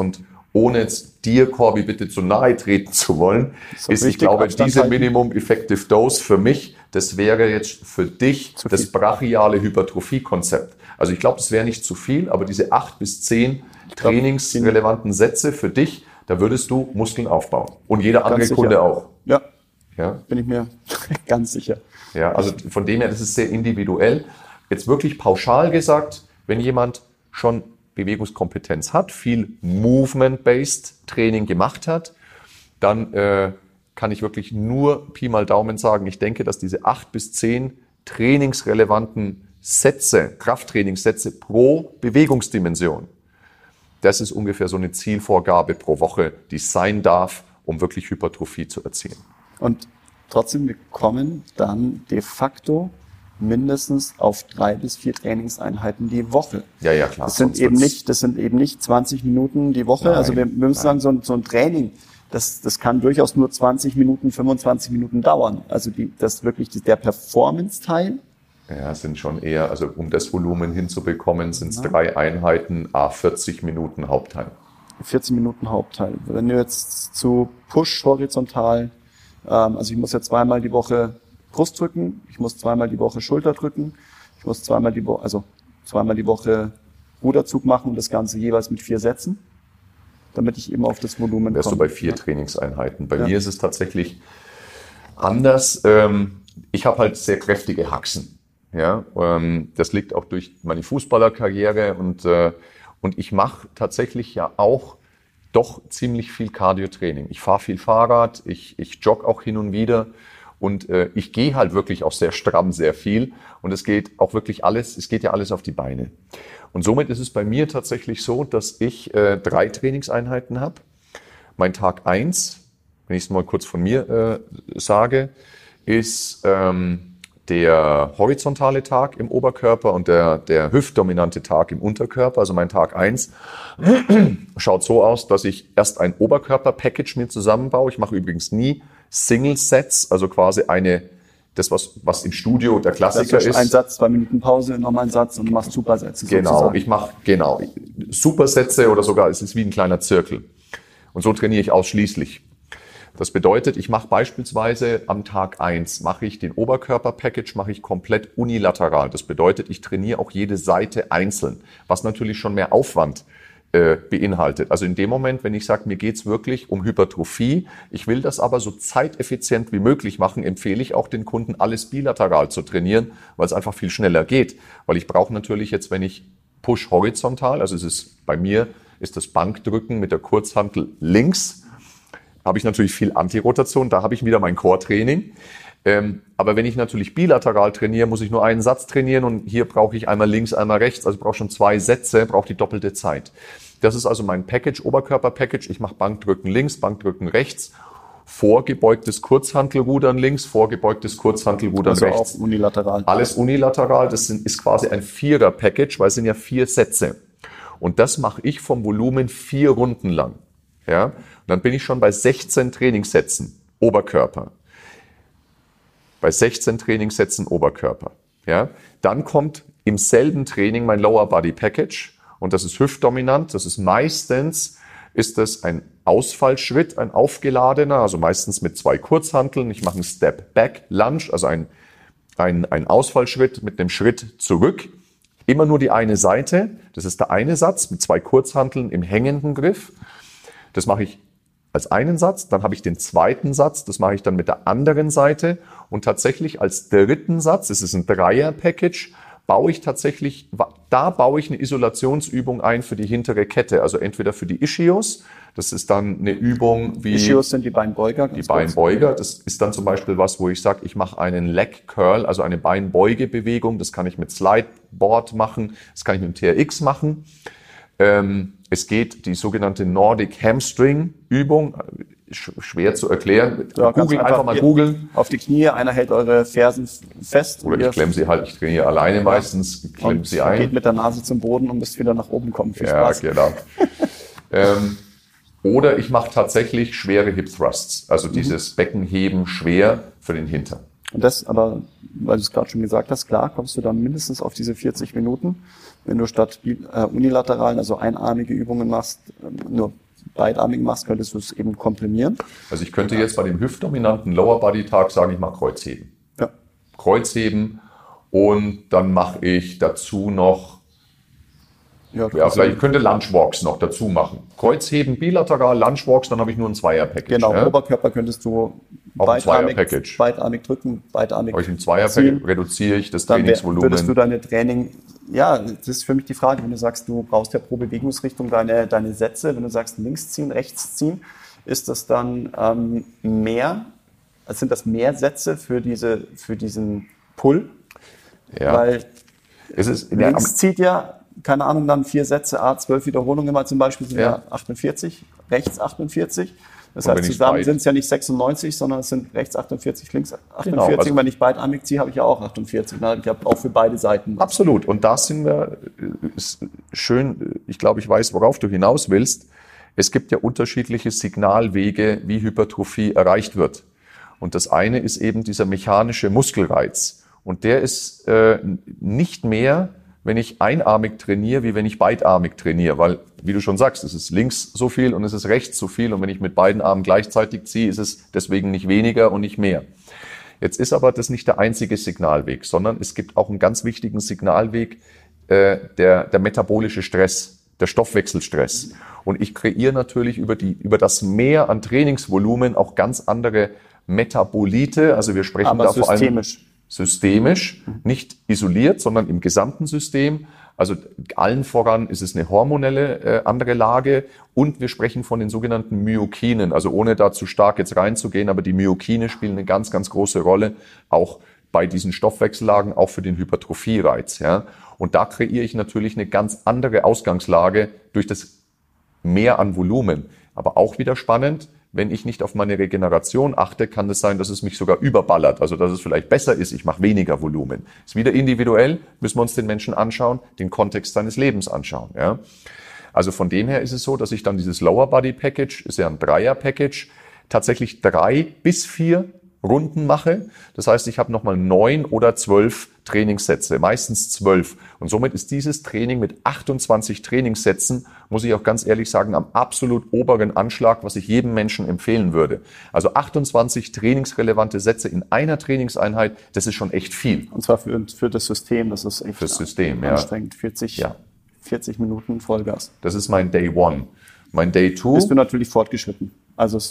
ohne jetzt dir, Corby, bitte zu nahe treten zu wollen, ist, ich glaube, diese Minimum Effective Dose für mich, das wäre jetzt für dich das brachiale Hypertrophie-Konzept. Also ich glaube, das wäre nicht zu viel, aber diese 8 bis 10 trainingsrelevanten Sätze für dich, da würdest du Muskeln aufbauen. Und jeder andere Kunde auch. Ja, bin ich mir ganz sicher. Ja, also von dem her, das ist sehr individuell. Jetzt wirklich pauschal gesagt, wenn jemand schon Bewegungskompetenz hat, viel Movement-Based Training gemacht hat, dann kann ich wirklich nur Pi mal Daumen sagen, ich denke, dass diese 8 bis 10 trainingsrelevanten Sätze, Krafttrainingssätze pro Bewegungsdimension, das ist ungefähr so eine Zielvorgabe pro Woche, die es sein darf, um wirklich Hypertrophie zu erzielen. Und trotzdem, wir kommen dann de facto mindestens auf 3 bis 4 Trainingseinheiten die Woche. Ja, klar. Das sind eben nicht 20 Minuten die Woche. Nein, also wir müssen sagen, so ein Training, das kann durchaus nur 20 Minuten, 25 Minuten dauern. Also das wirklich der Performance-Teil. Ja, sind schon eher, also um das Volumen hinzubekommen, sind es 3 Einheiten, 40 Minuten Hauptteil. 14 Minuten Hauptteil. Wenn du jetzt zu Push horizontal, also ich muss ja zweimal die Woche Brust drücken, ich muss zweimal die Woche Schulter drücken, ich muss zweimal die Woche Ruderzug machen und das Ganze jeweils mit 4 Sätzen, damit ich eben auf das Volumen komme. Wärst du bei 4 Trainingseinheiten. Bei mir ist es tatsächlich anders. Ich habe halt sehr kräftige Haxen. Ja, das liegt auch durch meine Fußballerkarriere und ich mache tatsächlich ja auch doch ziemlich viel Cardio-Training. Ich fahre viel Fahrrad, ich jogge auch hin und wieder. Und ich gehe halt wirklich auch sehr stramm, sehr viel. Und es geht ja alles auf die Beine. Und somit ist es bei mir tatsächlich so, dass ich 3 Trainingseinheiten habe. Mein Tag 1, wenn ich es mal kurz von mir sage, ist der horizontale Tag im Oberkörper und der hüftdominante Tag im Unterkörper. Also mein Tag 1 schaut so aus, dass ich erst ein Oberkörper-Package mir zusammenbaue. Ich mache übrigens nie Single-Sets, also quasi das, was im Studio der Klassiker ist. Ein Satz, 2 Minuten Pause, nochmal ein Satz und du machst Supersätze. Genau, ich mache Supersätze oder sogar, es ist wie ein kleiner Zirkel. Und so trainiere ich ausschließlich. Das bedeutet, ich mache beispielsweise am Tag 1, mache ich den Oberkörper-Package, mache ich komplett unilateral. Das bedeutet, ich trainiere auch jede Seite einzeln, was natürlich schon mehr Aufwand beinhaltet. Also in dem Moment, wenn ich sage, mir geht's wirklich um Hypertrophie, ich will das aber so zeiteffizient wie möglich machen, empfehle ich auch den Kunden, alles bilateral zu trainieren, weil es einfach viel schneller geht. Weil ich brauche natürlich jetzt, wenn ich Push horizontal, also bei mir ist das Bankdrücken mit der Kurzhantel links, habe ich natürlich viel Antirotation, da habe ich wieder mein Core-Training. Aber wenn ich natürlich bilateral trainiere, muss ich nur einen Satz trainieren und hier brauche ich einmal links, einmal rechts, also ich brauche schon 2 Sätze, brauche die doppelte Zeit. Das ist also mein Package, Oberkörper-Package. Ich mache Bankdrücken links, Bankdrücken rechts, vorgebeugtes Kurzhantelrudern links, vorgebeugtes Kurzhantelrudern also rechts. Auch unilateral. Alles unilateral, ist quasi ein 4er-Package, weil es sind ja 4 Sätze. Und das mache ich vom Volumen 4 Runden lang. Ja? Und dann bin ich schon bei 16 Trainingssätzen Oberkörper. Bei 16 Trainingssätzen Oberkörper. Ja? Dann kommt im selben Training mein Lower Body Package und das ist hüftdominant. Das ist meistens ein Ausfallschritt, ein aufgeladener, also meistens mit 2 Kurzhanteln. Ich mache einen Step Back Lunge, also ein Ausfallschritt mit einem Schritt zurück. Immer nur die eine Seite. Das ist der eine Satz mit 2 Kurzhanteln im hängenden Griff. Das mache ich als einen Satz, dann habe ich den zweiten Satz, das mache ich dann mit der anderen Seite und tatsächlich als dritten Satz, es ist ein 3er-Package, baue ich eine Isolationsübung ein für die hintere Kette, also entweder für die Ischios, das ist dann eine Übung wie... Ischios sind die Beinbeuger. Die Beinbeuger, das ist dann zum Beispiel was, wo ich sage, ich mache einen Leg Curl, also eine Beinbeugebewegung, das kann ich mit Slideboard machen, das kann ich mit dem TRX machen. Es geht die sogenannte Nordic Hamstring Übung, schwer zu erklären. Ja, einfach mal googeln. Auf die Knie, einer hält eure Fersen fest. Oder ich klemme sie halt, ich trainiere alleine meistens, klemme sie ein. Geht mit der Nase zum Boden und müsst wieder nach oben kommen. Viel Spaß. Ja, genau. Oder ich mache tatsächlich schwere Hip Thrusts, also dieses Beckenheben schwer für den Hintern. Und das aber, weil du es gerade schon gesagt hast, klar, kommst du dann mindestens auf diese 40 Minuten. Wenn du statt unilateralen, also einarmige Übungen machst, nur beidarmig machst, könntest du es eben komprimieren. Also ich könnte jetzt bei dem hüftdominanten Lower Body Tag sagen, ich mache Kreuzheben. Ja. Kreuzheben und dann mache ich dazu noch, vielleicht ich könnte Lunchwalks noch dazu machen. Kreuzheben bilateral, Lunchwalks, dann habe ich nur ein Zweier-Package. Genau, Oberkörper könntest du auch ein Zweier-Package. Beidarmig drücken, beidarmig. Habe ich ein Zweier-Package, reduziere ich das Trainingsvolumen. Dann würdest du deine Training, das ist für mich die Frage, wenn du sagst, du brauchst ja pro Bewegungsrichtung deine Sätze, wenn du sagst links ziehen, rechts ziehen, ist das dann sind das mehr Sätze für diesen Pull? Ja. Weil links zieht ja, keine Ahnung, dann 4 Sätze, 12 Wiederholungen mal zum Beispiel, sind ja 48, rechts 48. Das heißt, zusammen sind es ja nicht 96, sondern es sind rechts 48, links 48. Genau, also wenn ich beidarmig ziehe, habe ich ja auch 48. Ich habe auch für beide Seiten. Absolut. Und da sind wir, ist schön, ich glaube, ich weiß, worauf du hinaus willst. Es gibt ja unterschiedliche Signalwege, wie Hypertrophie erreicht wird. Und das eine ist eben dieser mechanische Muskelreiz. Und der ist nicht mehr, wenn ich einarmig trainiere, wie wenn ich beidarmig trainiere. Weil, wie du schon sagst, es ist links so viel und es ist rechts so viel. Und wenn ich mit beiden Armen gleichzeitig ziehe, ist es deswegen nicht weniger und nicht mehr. Jetzt ist aber das nicht der einzige Signalweg, sondern es gibt auch einen ganz wichtigen Signalweg, der metabolische Stress, der Stoffwechselstress. Und ich kreiere natürlich über das Mehr an Trainingsvolumen auch ganz andere Metabolite. Also wir sprechen aber da vor allem systemisch, nicht isoliert, sondern im gesamten System. Also allen voran ist es eine hormonelle andere Lage und wir sprechen von den sogenannten Myokinen. Also ohne da zu stark jetzt reinzugehen, aber die Myokine spielen eine ganz, ganz große Rolle, auch bei diesen Stoffwechsellagen, auch für den Hypertrophie-Reiz. Ja. Und da kreiere ich natürlich eine ganz andere Ausgangslage durch das Mehr an Volumen. Aber auch wieder spannend, wenn ich nicht auf meine Regeneration achte, kann es sein, dass es mich sogar überballert. Also dass es vielleicht besser ist, ich mache weniger Volumen. Ist wieder individuell, müssen wir uns den Menschen anschauen, den Kontext seines Lebens anschauen. Ja. Also von dem her ist es so, dass ich dann dieses Lower Body Package, ist ja ein Dreier-Package, tatsächlich 3 bis 4 Runden mache. Das heißt, ich habe nochmal 9 oder 12 Trainingssätze, meistens 12. Und somit ist dieses Training mit 28 Trainingssätzen, muss ich auch ganz ehrlich sagen, am absolut oberen Anschlag, was ich jedem Menschen empfehlen würde. Also 28 trainingsrelevante Sätze in einer Trainingseinheit, das ist schon echt viel. Und zwar für das System, das ist echt fürs System, anstrengend. 40 Minuten Vollgas. Das ist mein Day One. Mein Day Two. Bist du natürlich fortgeschritten. Also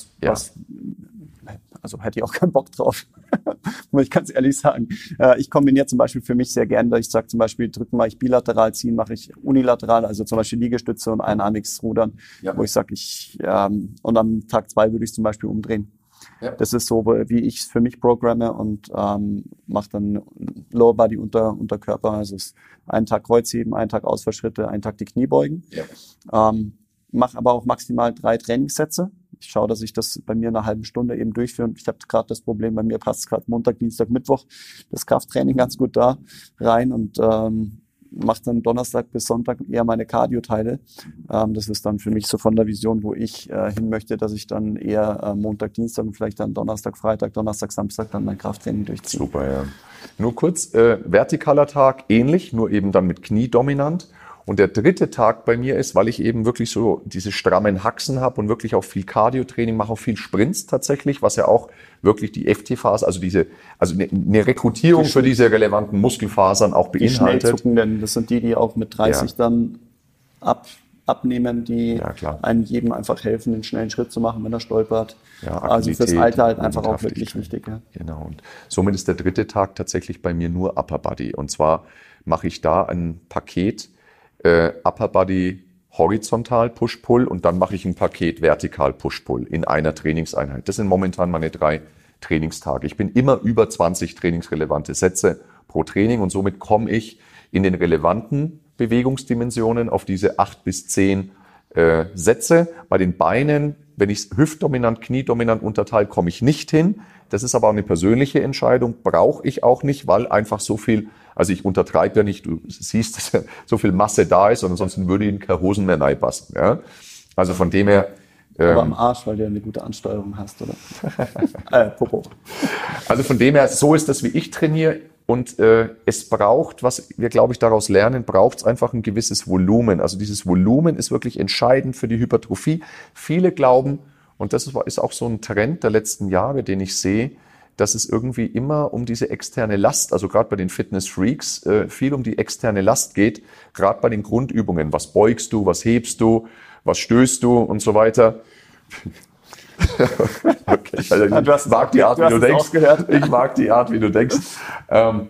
hätte ich auch keinen Bock drauf, muss ich ganz ehrlich sagen. Ich kombiniere zum Beispiel für mich sehr gerne, dass ich sage zum Beispiel, drücken mache ich bilateral, ziehen mache ich unilateral, also zum Beispiel Liegestütze und einarmiges Rudern, wo ich sage, und am Tag 2 würde ich zum Beispiel umdrehen. Ja. Das ist so, wie ich es für mich programme und mache dann Lower Body Unterkörper, also es ist einen Tag Kreuzheben, einen Tag Ausfallschritte, einen Tag die Kniebeugen. Ja. Mache aber auch maximal 3 Trainingssätze. Ich schaue, dass ich das bei mir in einer halben Stunde eben durchführe. Und ich habe gerade das Problem, bei mir passt gerade Montag, Dienstag, Mittwoch das Krafttraining ganz gut da rein und mache dann Donnerstag bis Sonntag eher meine Cardio-Teile. Das ist dann für mich so von der Vision, wo ich hin möchte, dass ich dann eher Montag, Dienstag und vielleicht dann Donnerstag, Freitag, Donnerstag, Samstag dann mein Krafttraining durchziehe. Super, ja. Nur kurz, vertikaler Tag ähnlich, nur eben dann mit Knie dominant. Und der 3. Tag bei mir ist, weil ich eben wirklich so diese strammen Haxen habe und wirklich auch viel Cardio-Training mache, auch viel Sprints tatsächlich, was ja auch wirklich die FT-Phase, also eine Rekrutierung für diese relevanten Muskelfasern auch beinhaltet. Die Schnellzuckenden, das sind die auch mit 30 dann abnehmen, die einem jedem einfach helfen, den schnellen Schritt zu machen, wenn er stolpert. Ja, also fürs Alter halt einfach auch wirklich wichtig. Ja. Genau. Und somit ist der 3. Tag tatsächlich bei mir nur Upper Body. Und zwar mache ich da ein Paket Upper Body horizontal Push-Pull und dann mache ich ein Paket vertikal Push-Pull in einer Trainingseinheit. Das sind momentan meine 3 Trainingstage. Ich bin immer über 20 trainingsrelevante Sätze pro Training und somit komme ich in den relevanten Bewegungsdimensionen auf diese 8 bis 10 Sätze. Bei den Beinen, wenn ich es hüftdominant, kniedominant unterteile, komme ich nicht hin. Das ist aber auch eine persönliche Entscheidung, brauche ich auch nicht, weil einfach so viel, also ich untertreibe ja nicht, du siehst, dass so viel Masse da ist, und ansonsten würde ihnen keine Hosen mehr reinpassen. Ja? Also von dem her. Aber am Arsch, weil du eine gute Ansteuerung hast, oder? Popo. Also von dem her, so ist das, wie ich trainiere. Und es braucht, was wir, glaube ich, daraus lernen, braucht es einfach ein gewisses Volumen. Also dieses Volumen ist wirklich entscheidend für die Hypertrophie. Viele glauben, und das ist auch so ein Trend der letzten Jahre, den ich sehe, dass es irgendwie immer um diese externe Last, also gerade bei den Fitness-Freaks, viel um die externe Last geht, gerade bei den Grundübungen. Was beugst du, was hebst du, was stößt du und so weiter. Okay, ich mag die Art, wie du denkst. Ich mag die Art, wie du denkst. Ja,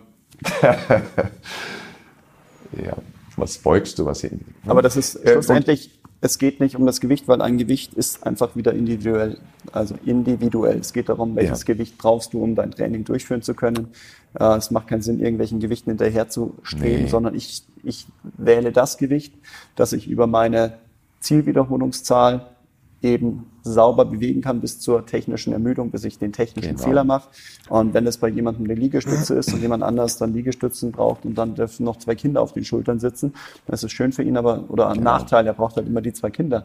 was beugst du, was hier? Aber das ist schlussendlich, es geht nicht um das Gewicht, weil ein Gewicht ist einfach wieder individuell. Also individuell. Es geht darum, welches Gewicht brauchst du, um dein Training durchführen zu können. Es macht keinen Sinn, irgendwelchen Gewichten hinterher zu streben, sondern ich wähle das Gewicht, das ich über meine Zielwiederholungszahl eben sauber bewegen kann bis zur technischen Ermüdung, bis ich den technischen Fehler mache. Und wenn es bei jemandem eine Liegestütze ist und jemand anders dann Liegestützen braucht und dann dürfen noch 2 Kinder auf den Schultern sitzen, dann ist es schön für ihn, aber oder ein Nachteil, er braucht halt immer die 2 Kinder.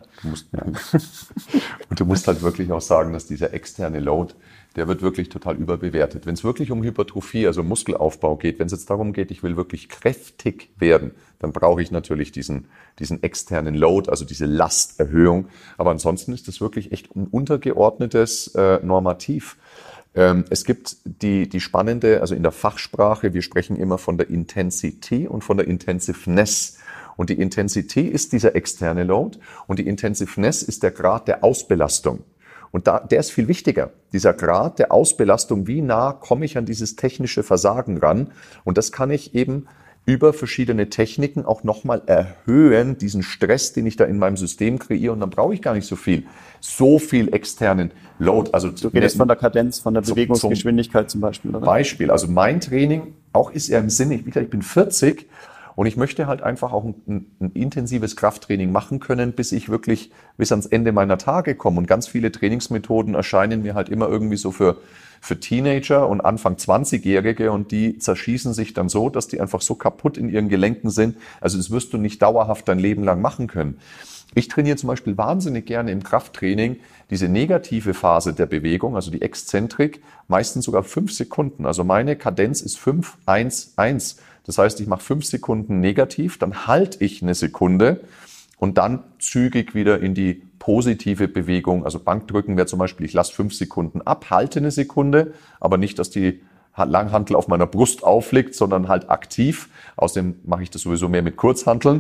Und du musst halt wirklich auch sagen, dass dieser externe Load, der wird wirklich total überbewertet. Wenn es wirklich um Hypertrophie, also Muskelaufbau geht, wenn es jetzt darum geht, ich will wirklich kräftig werden, dann brauche ich natürlich diesen externen Load, also diese Lasterhöhung. Aber ansonsten ist das wirklich echt ein untergeordnetes Normativ. Es gibt die spannende, also in der Fachsprache, wir sprechen immer von der Intensity und von der Intensiveness. Und die Intensity ist dieser externe Load und die Intensiveness ist der Grad der Ausbelastung. Und der ist viel wichtiger, dieser Grad der Ausbelastung, wie nah komme ich an dieses technische Versagen ran. Und das kann ich eben über verschiedene Techniken auch nochmal erhöhen, diesen Stress, den ich da in meinem System kreiere. Und dann brauche ich gar nicht so viel externen Load. Also du redest von der Kadenz, von der Bewegungsgeschwindigkeit zum Beispiel, oder? Beispiel. Also mein Training auch ist ja im Sinne, ich bin 40 und ich möchte halt einfach auch ein intensives Krafttraining machen können, bis ans Ende meiner Tage komme. Und ganz viele Trainingsmethoden erscheinen mir halt immer irgendwie so für Teenager und Anfang 20-Jährige und die zerschießen sich dann so, dass die einfach so kaputt in ihren Gelenken sind. Also das wirst du nicht dauerhaft dein Leben lang machen können. Ich trainiere zum Beispiel wahnsinnig gerne im Krafttraining diese negative Phase der Bewegung, also die Exzentrik, meistens sogar 5 Sekunden. Also meine Kadenz ist 5, 1, 1. Das heißt, ich mache 5 Sekunden negativ, dann halte ich eine Sekunde und dann zügig wieder in die positive Bewegung. Also Bankdrücken wäre zum Beispiel, ich lasse 5 Sekunden ab, halte eine Sekunde, aber nicht, dass die Langhantel auf meiner Brust aufliegt, sondern halt aktiv. Außerdem mache ich das sowieso mehr mit Kurzhanteln.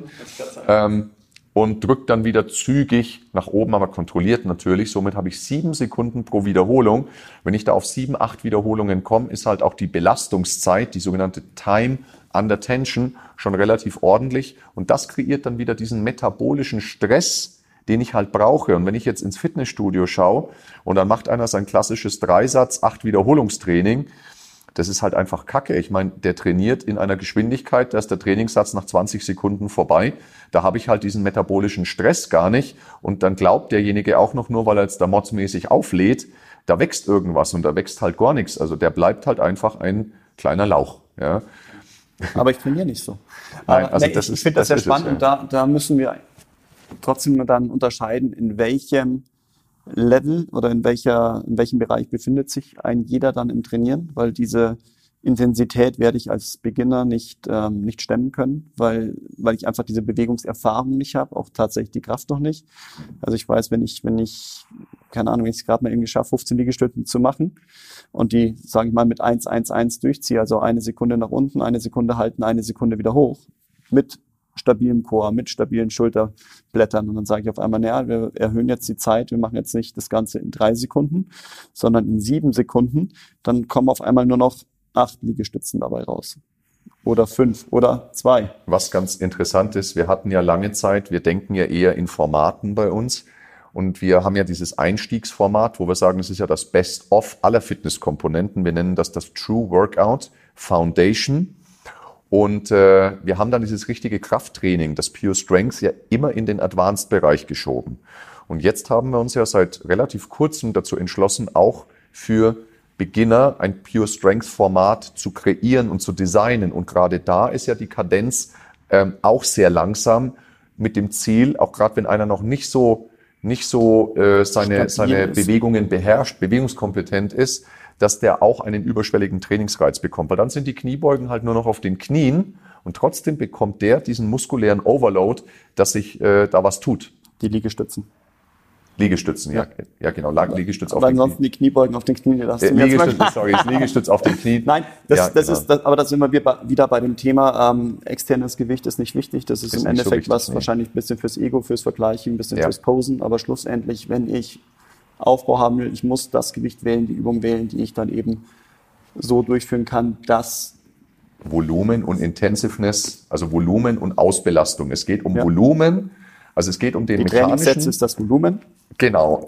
Und drücke dann wieder zügig nach oben, aber kontrolliert natürlich. Somit habe ich 7 Sekunden pro Wiederholung. Wenn ich da auf 7, 8 Wiederholungen komme, ist halt auch die Belastungszeit, die sogenannte Time under Tension, schon relativ ordentlich. Und das kreiert dann wieder diesen metabolischen Stress, den ich halt brauche. Und wenn ich jetzt ins Fitnessstudio schaue und dann macht einer sein klassisches 3-Satz, 8 Wiederholungstraining, das ist halt einfach Kacke. Ich meine, der trainiert in einer Geschwindigkeit, da ist der Trainingssatz nach 20 Sekunden vorbei. Da habe ich halt diesen metabolischen Stress gar nicht. Und dann glaubt derjenige auch noch, nur weil er jetzt da modsmäßig auflädt, da wächst irgendwas und da wächst halt gar nichts. Also der bleibt halt einfach ein kleiner Lauch. Ja. Aber ich trainiere nicht so. Nein, also ich finde das sehr spannend und da müssen wir trotzdem dann unterscheiden, in welchem Level oder in welchem Bereich befindet sich ein jeder dann im Trainieren, weil diese Intensität werde ich als Beginner nicht stemmen können, weil ich einfach diese Bewegungserfahrung nicht habe, auch tatsächlich die Kraft noch nicht. Also ich weiß, wenn ich keine Ahnung, wenn ich es gerade mal irgendwie schaffe, 15 Liegestützen zu machen und die, sage ich mal, mit 1, 1, 1 durchziehe, also 1 Sekunde nach unten, 1 Sekunde halten, 1 Sekunde wieder hoch, mit stabilem Core, mit stabilen Schulterblättern. Und dann sage ich auf einmal, naja, wir erhöhen jetzt die Zeit, wir machen jetzt nicht das Ganze in 3 Sekunden, sondern in 7 Sekunden. Dann kommen auf einmal nur noch 8 Liegestützen dabei raus. Oder 5 oder 2. Was ganz interessant ist, wir hatten ja lange Zeit, wir denken ja eher in Formaten bei uns. Und wir haben ja dieses Einstiegsformat, wo wir sagen, es ist ja das Best-of aller Fitnesskomponenten. Wir nennen das True Workout Foundation. Und wir haben dann dieses richtige Krafttraining, das Pure Strength, ja immer in den Advanced-Bereich geschoben. Und jetzt haben wir uns ja seit relativ kurzem dazu entschlossen, auch für Beginner ein Pure Strength-Format zu kreieren und zu designen. Und gerade da ist ja die Kadenz auch sehr langsam mit dem Ziel, auch gerade wenn einer noch nicht so seine Bewegungen beherrscht, bewegungskompetent ist, dass der auch einen überschwelligen Trainingsreiz bekommt. Weil dann sind die Kniebeugen halt nur noch auf den Knien und trotzdem bekommt der diesen muskulären Overload, dass sich da was tut. Die Liegestützen. Liegestützen, ja genau, Liegestütz auf aber den ansonsten Knien. die Kniebeugen auf den Knien, das Liegestütz auf den Knien. Nein, aber das sind wir wieder bei dem Thema, externes Gewicht ist nicht wichtig, das ist im Endeffekt so wichtig, was wahrscheinlich ein bisschen fürs Ego, fürs Vergleichen, ein bisschen fürs Posen, aber schlussendlich, wenn ich Aufbau haben will, ich muss das Gewicht wählen, die Übung wählen, die ich dann eben so durchführen kann, dass Volumen und Intensiveness, also Volumen und Ausbelastung. Es geht um Volumen, also es geht um den mechanischen. Die Trainingssätze ist das Volumen. Genau.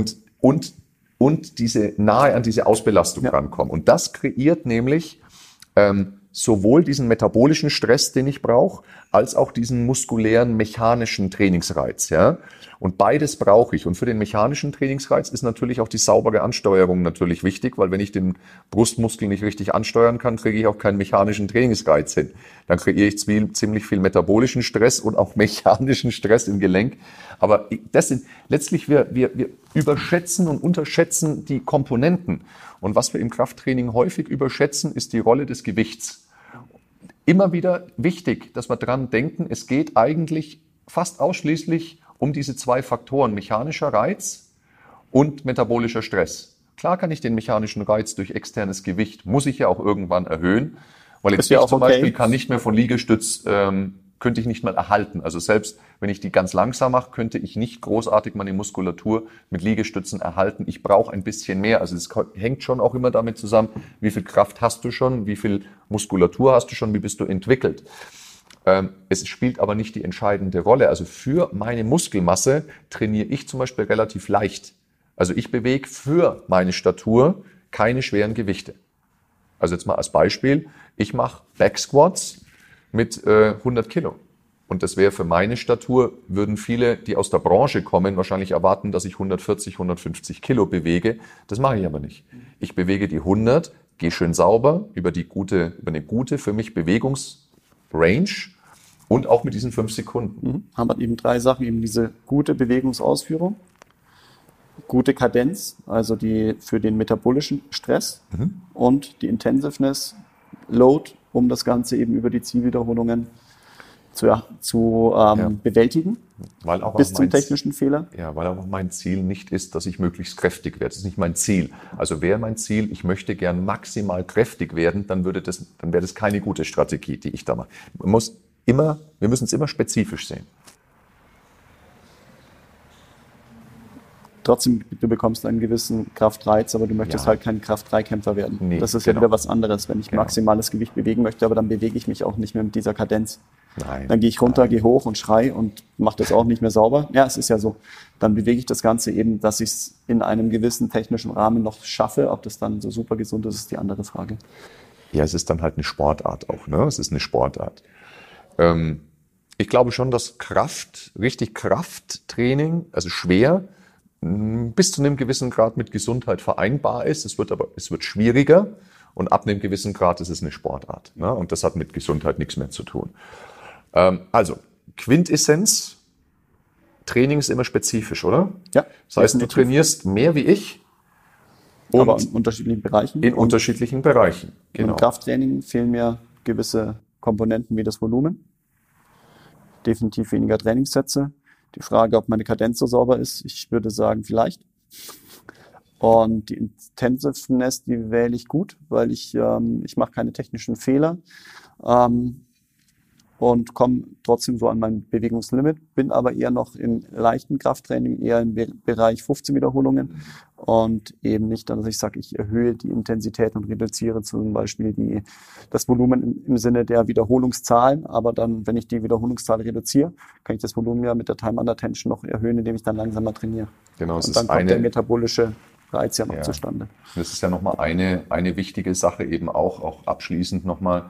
Und diese nahe an diese Ausbelastung rankommen. Und das kreiert nämlich sowohl diesen metabolischen Stress, den ich brauche, als auch diesen muskulären, mechanischen Trainingsreiz. Ja? Und beides brauche ich. Und für den mechanischen Trainingsreiz ist natürlich auch die saubere Ansteuerung natürlich wichtig, weil wenn ich den Brustmuskel nicht richtig ansteuern kann, kriege ich auch keinen mechanischen Trainingsreiz hin. Dann kreiere ich ziemlich viel metabolischen Stress und auch mechanischen Stress im Gelenk. Aber das sind letztlich, wir überschätzen und unterschätzen die Komponenten. Und was wir im Krafttraining häufig überschätzen, ist die Rolle des Gewichts. Immer wieder wichtig, dass wir dran denken, es geht eigentlich fast ausschließlich um diese zwei Faktoren, mechanischer Reiz und metabolischer Stress. Klar kann ich den mechanischen Reiz durch externes Gewicht, muss ich ja auch irgendwann erhöhen, weil jetzt ich zum Beispiel kann nicht mehr von Liegestütz, könnte ich nicht mal erhalten. Also selbst wenn ich die ganz langsam mache, könnte ich nicht großartig meine Muskulatur mit Liegestützen erhalten. Ich brauche ein bisschen mehr. Also es hängt schon auch immer damit zusammen, wie viel Kraft hast du schon, wie viel Muskulatur hast du schon, wie bist du entwickelt. Es spielt aber nicht die entscheidende Rolle. Also für meine Muskelmasse trainiere ich zum Beispiel relativ leicht. Also ich bewege für meine Statur keine schweren Gewichte. Also jetzt mal als Beispiel, ich mache Backsquats mit 100 Kilo. Und das wäre für meine Statur, würden viele, die aus der Branche kommen, wahrscheinlich erwarten, dass ich 140, 150 Kilo bewege. Das mache ich aber nicht. Ich bewege die 100, gehe schön sauber über eine gute für mich Bewegungsrange und auch mit diesen 5 Sekunden. Haben wir eben 3 Sachen, eben diese gute Bewegungsausführung, gute Kadenz, also die für den metabolischen Stress und die Intensiveness, Load, um das Ganze eben über die Zielwiederholungen zu bewältigen, weil auch bis zum technischen Fehler. Ja, weil auch mein Ziel nicht ist, dass ich möglichst kräftig werde. Das ist nicht mein Ziel. Also wäre mein Ziel, ich möchte gern maximal kräftig werden, dann wäre das keine gute Strategie, die ich da mache. Wir müssen es immer spezifisch sehen. Trotzdem, du bekommst einen gewissen Kraftreiz, aber du möchtest halt kein Kraft-3-Kämpfer werden. Nee, das ist ja wieder was anderes, wenn ich maximales Gewicht bewegen möchte, aber dann bewege ich mich auch nicht mehr mit dieser Kadenz. Nein. Dann gehe ich runter, gehe hoch und schrei und mache das auch nicht mehr sauber. Ja, es ist ja so. Dann bewege ich das Ganze eben, dass ich es in einem gewissen technischen Rahmen noch schaffe. Ob das dann so super gesund ist, ist die andere Frage. Ja, es ist dann halt eine Sportart auch, ne? Es ist eine Sportart. Ich glaube schon, dass Krafttraining, also schwer, bis zu einem gewissen Grad mit Gesundheit vereinbar ist. Es wird schwieriger und ab einem gewissen Grad ist es eine Sportart. Ne? Und das hat mit Gesundheit nichts mehr zu tun. Also, Quintessenz, Training ist immer spezifisch, oder? Ja. Das heißt, du trainierst mehr wie ich. Aber in unterschiedlichen Bereichen. In unterschiedlichen Bereichen, genau. Im Krafttraining fehlen mir gewisse Komponenten wie das Volumen. Definitiv weniger Trainingssätze. Die Frage, ob meine Kadenz so sauber ist, ich würde sagen, vielleicht. Und die Intensiveness, die wähle ich gut, weil ich mache keine technischen Fehler und komme trotzdem so an mein Bewegungslimit, bin aber eher noch im leichten Krafttraining, eher im Bereich 15 Wiederholungen und eben nicht, dass ich sage, ich erhöhe die Intensität und reduziere zum Beispiel das Volumen im Sinne der Wiederholungszahlen, aber dann, wenn ich die Wiederholungszahl reduziere, kann ich das Volumen ja mit der Time Under Tension noch erhöhen, indem ich dann langsamer trainiere. Genau, und dann kommt der metabolische Reiz ja noch zustande. Das ist ja nochmal eine wichtige Sache eben auch abschließend nochmal.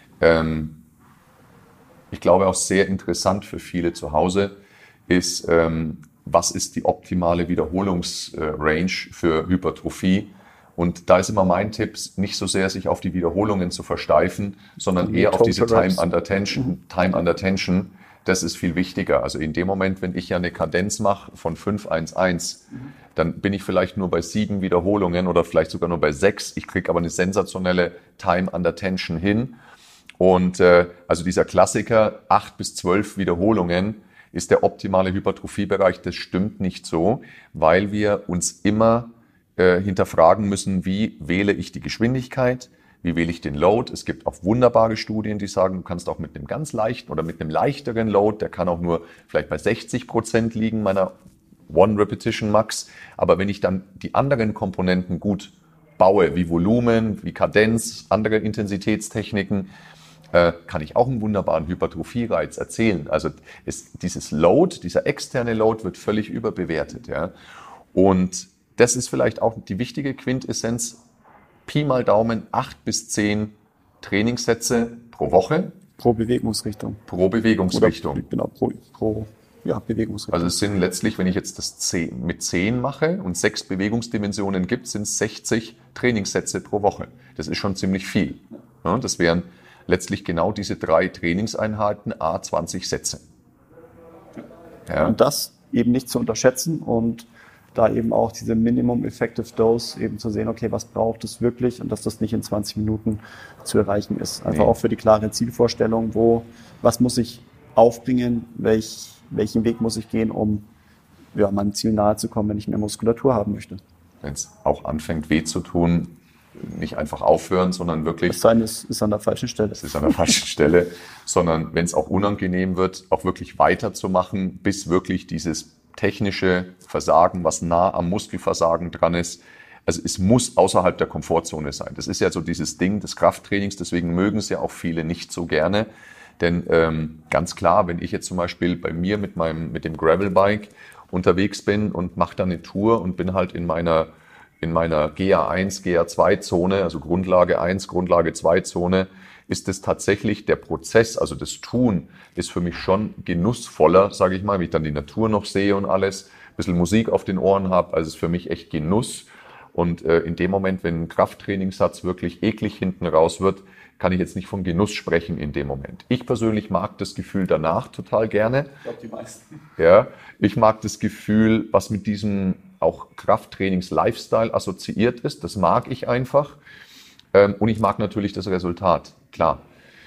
Ich glaube auch sehr interessant für viele zu Hause ist, was ist die optimale Wiederholungsrange für Hypertrophie? Und da ist immer mein Tipp, nicht so sehr sich auf die Wiederholungen zu versteifen, sondern eher auf diese Time Under Tension. Das ist viel wichtiger. Also in dem Moment, wenn ich ja eine Kadenz mache von 5-1-1, dann bin ich vielleicht nur bei 7 Wiederholungen oder vielleicht sogar nur bei 6. Ich kriege aber eine sensationelle Time under Tension hin. Und also dieser Klassiker, 8 bis 12 Wiederholungen ist der optimale Hypertrophiebereich. Das stimmt nicht so, weil wir uns immer hinterfragen müssen, wie wähle ich die Geschwindigkeit, wie wähle ich den Load. Es gibt auch wunderbare Studien, die sagen, du kannst auch mit einem ganz leichten oder mit einem leichteren Load, der kann auch nur vielleicht bei 60% liegen, meiner One Repetition Max. Aber wenn ich dann die anderen Komponenten gut baue, wie Volumen, wie Kadenz, andere Intensitätstechniken, kann ich auch einen wunderbaren Hypertrophie-Reiz erzielen. Also dieses Load, dieser externe Load wird völlig überbewertet. Ja? Und das ist vielleicht auch die wichtige Quintessenz. Pi mal Daumen 8 bis 10 Trainingssätze pro Woche. Pro Bewegungsrichtung. Pro Bewegungsrichtung. Oder, genau, pro Bewegungsrichtung. Also es sind letztlich, wenn ich jetzt das mit 10 mache und 6 Bewegungsdimensionen gibt, sind es 60 Trainingssätze pro Woche. Das ist schon ziemlich viel. Ja, das wären letztlich genau diese 3 Trainingseinheiten, à 20 Sätze. Ja. Und das eben nicht zu unterschätzen und da eben auch diese Minimum Effective Dose eben zu sehen, okay, was braucht es wirklich und dass das nicht in 20 Minuten zu erreichen ist. Einfach auch für die klare Zielvorstellung, was muss ich aufbringen, welchen Weg muss ich gehen, um meinem Ziel nahe zu kommen, wenn ich mehr Muskulatur haben möchte. Wenn es auch anfängt weh zu tun, nicht einfach aufhören, sondern wirklich... Das sein ist an der falschen Stelle. Es ist an der falschen Stelle, sondern wenn es auch unangenehm wird, auch wirklich weiterzumachen, bis wirklich dieses technische Versagen, was nah am Muskelversagen dran ist. Also es muss außerhalb der Komfortzone sein. Das ist ja so dieses Ding des Krafttrainings, deswegen mögen es ja auch viele nicht so gerne. Denn ganz klar, wenn ich jetzt zum Beispiel bei mir mit dem Gravelbike unterwegs bin und mache da eine Tour und bin halt in meiner GA1, GA2-Zone, also Grundlage 1, Grundlage 2-Zone, ist es tatsächlich der Prozess, also das Tun, ist für mich schon genussvoller, sage ich mal, wenn ich dann die Natur noch sehe und alles, ein bisschen Musik auf den Ohren habe, also es ist für mich echt Genuss. Und in dem Moment, wenn ein Krafttrainingssatz wirklich eklig hinten raus wird, kann ich jetzt nicht von Genuss sprechen in dem Moment. Ich persönlich mag das Gefühl danach total gerne. Ich glaube, die meisten. Ja, ich mag das Gefühl, was mit diesem auch Krafttrainings-Lifestyle assoziiert ist. Das mag ich einfach. Und ich mag natürlich das Resultat, klar.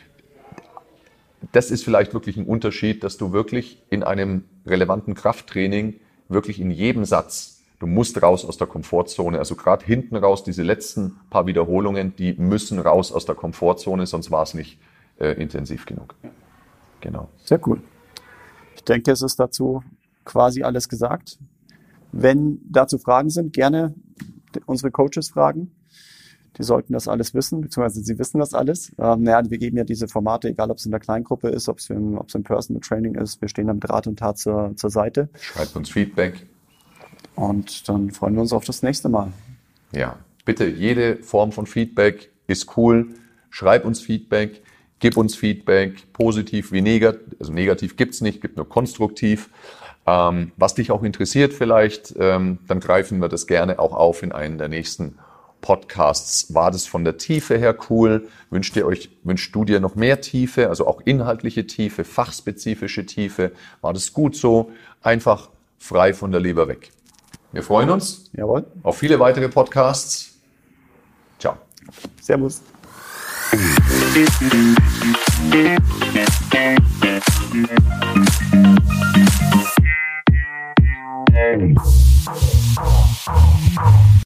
Das ist vielleicht wirklich ein Unterschied, dass du wirklich in einem relevanten Krafttraining wirklich in jedem Satz, du musst raus aus der Komfortzone, also gerade hinten raus, diese letzten paar Wiederholungen, die müssen raus aus der Komfortzone, sonst war es nicht intensiv genug. Genau. Sehr cool. Ich denke, es ist dazu quasi alles gesagt. Wenn dazu Fragen sind, gerne unsere Coaches fragen. Die sollten das alles wissen, beziehungsweise sie wissen das alles. Wir geben ja diese Formate, egal ob es in der Kleingruppe ist, ob es im Personal Training ist. Wir stehen da mit Rat und Tat zur Seite. Schreibt uns Feedback. Und dann freuen wir uns auf das nächste Mal. Ja, bitte, jede Form von Feedback ist cool. Schreib uns Feedback, gib uns Feedback, positiv wie negativ. Also negativ gibt's nicht, gibt nur konstruktiv. Was dich auch interessiert vielleicht, dann greifen wir das gerne auch auf in einen der nächsten Podcasts. War das von der Tiefe her cool? Wünschst du dir noch mehr Tiefe, also auch inhaltliche Tiefe, fachspezifische Tiefe? War das gut so? Einfach frei von der Leber weg. Wir freuen uns auf viele weitere Podcasts. Ciao. Servus.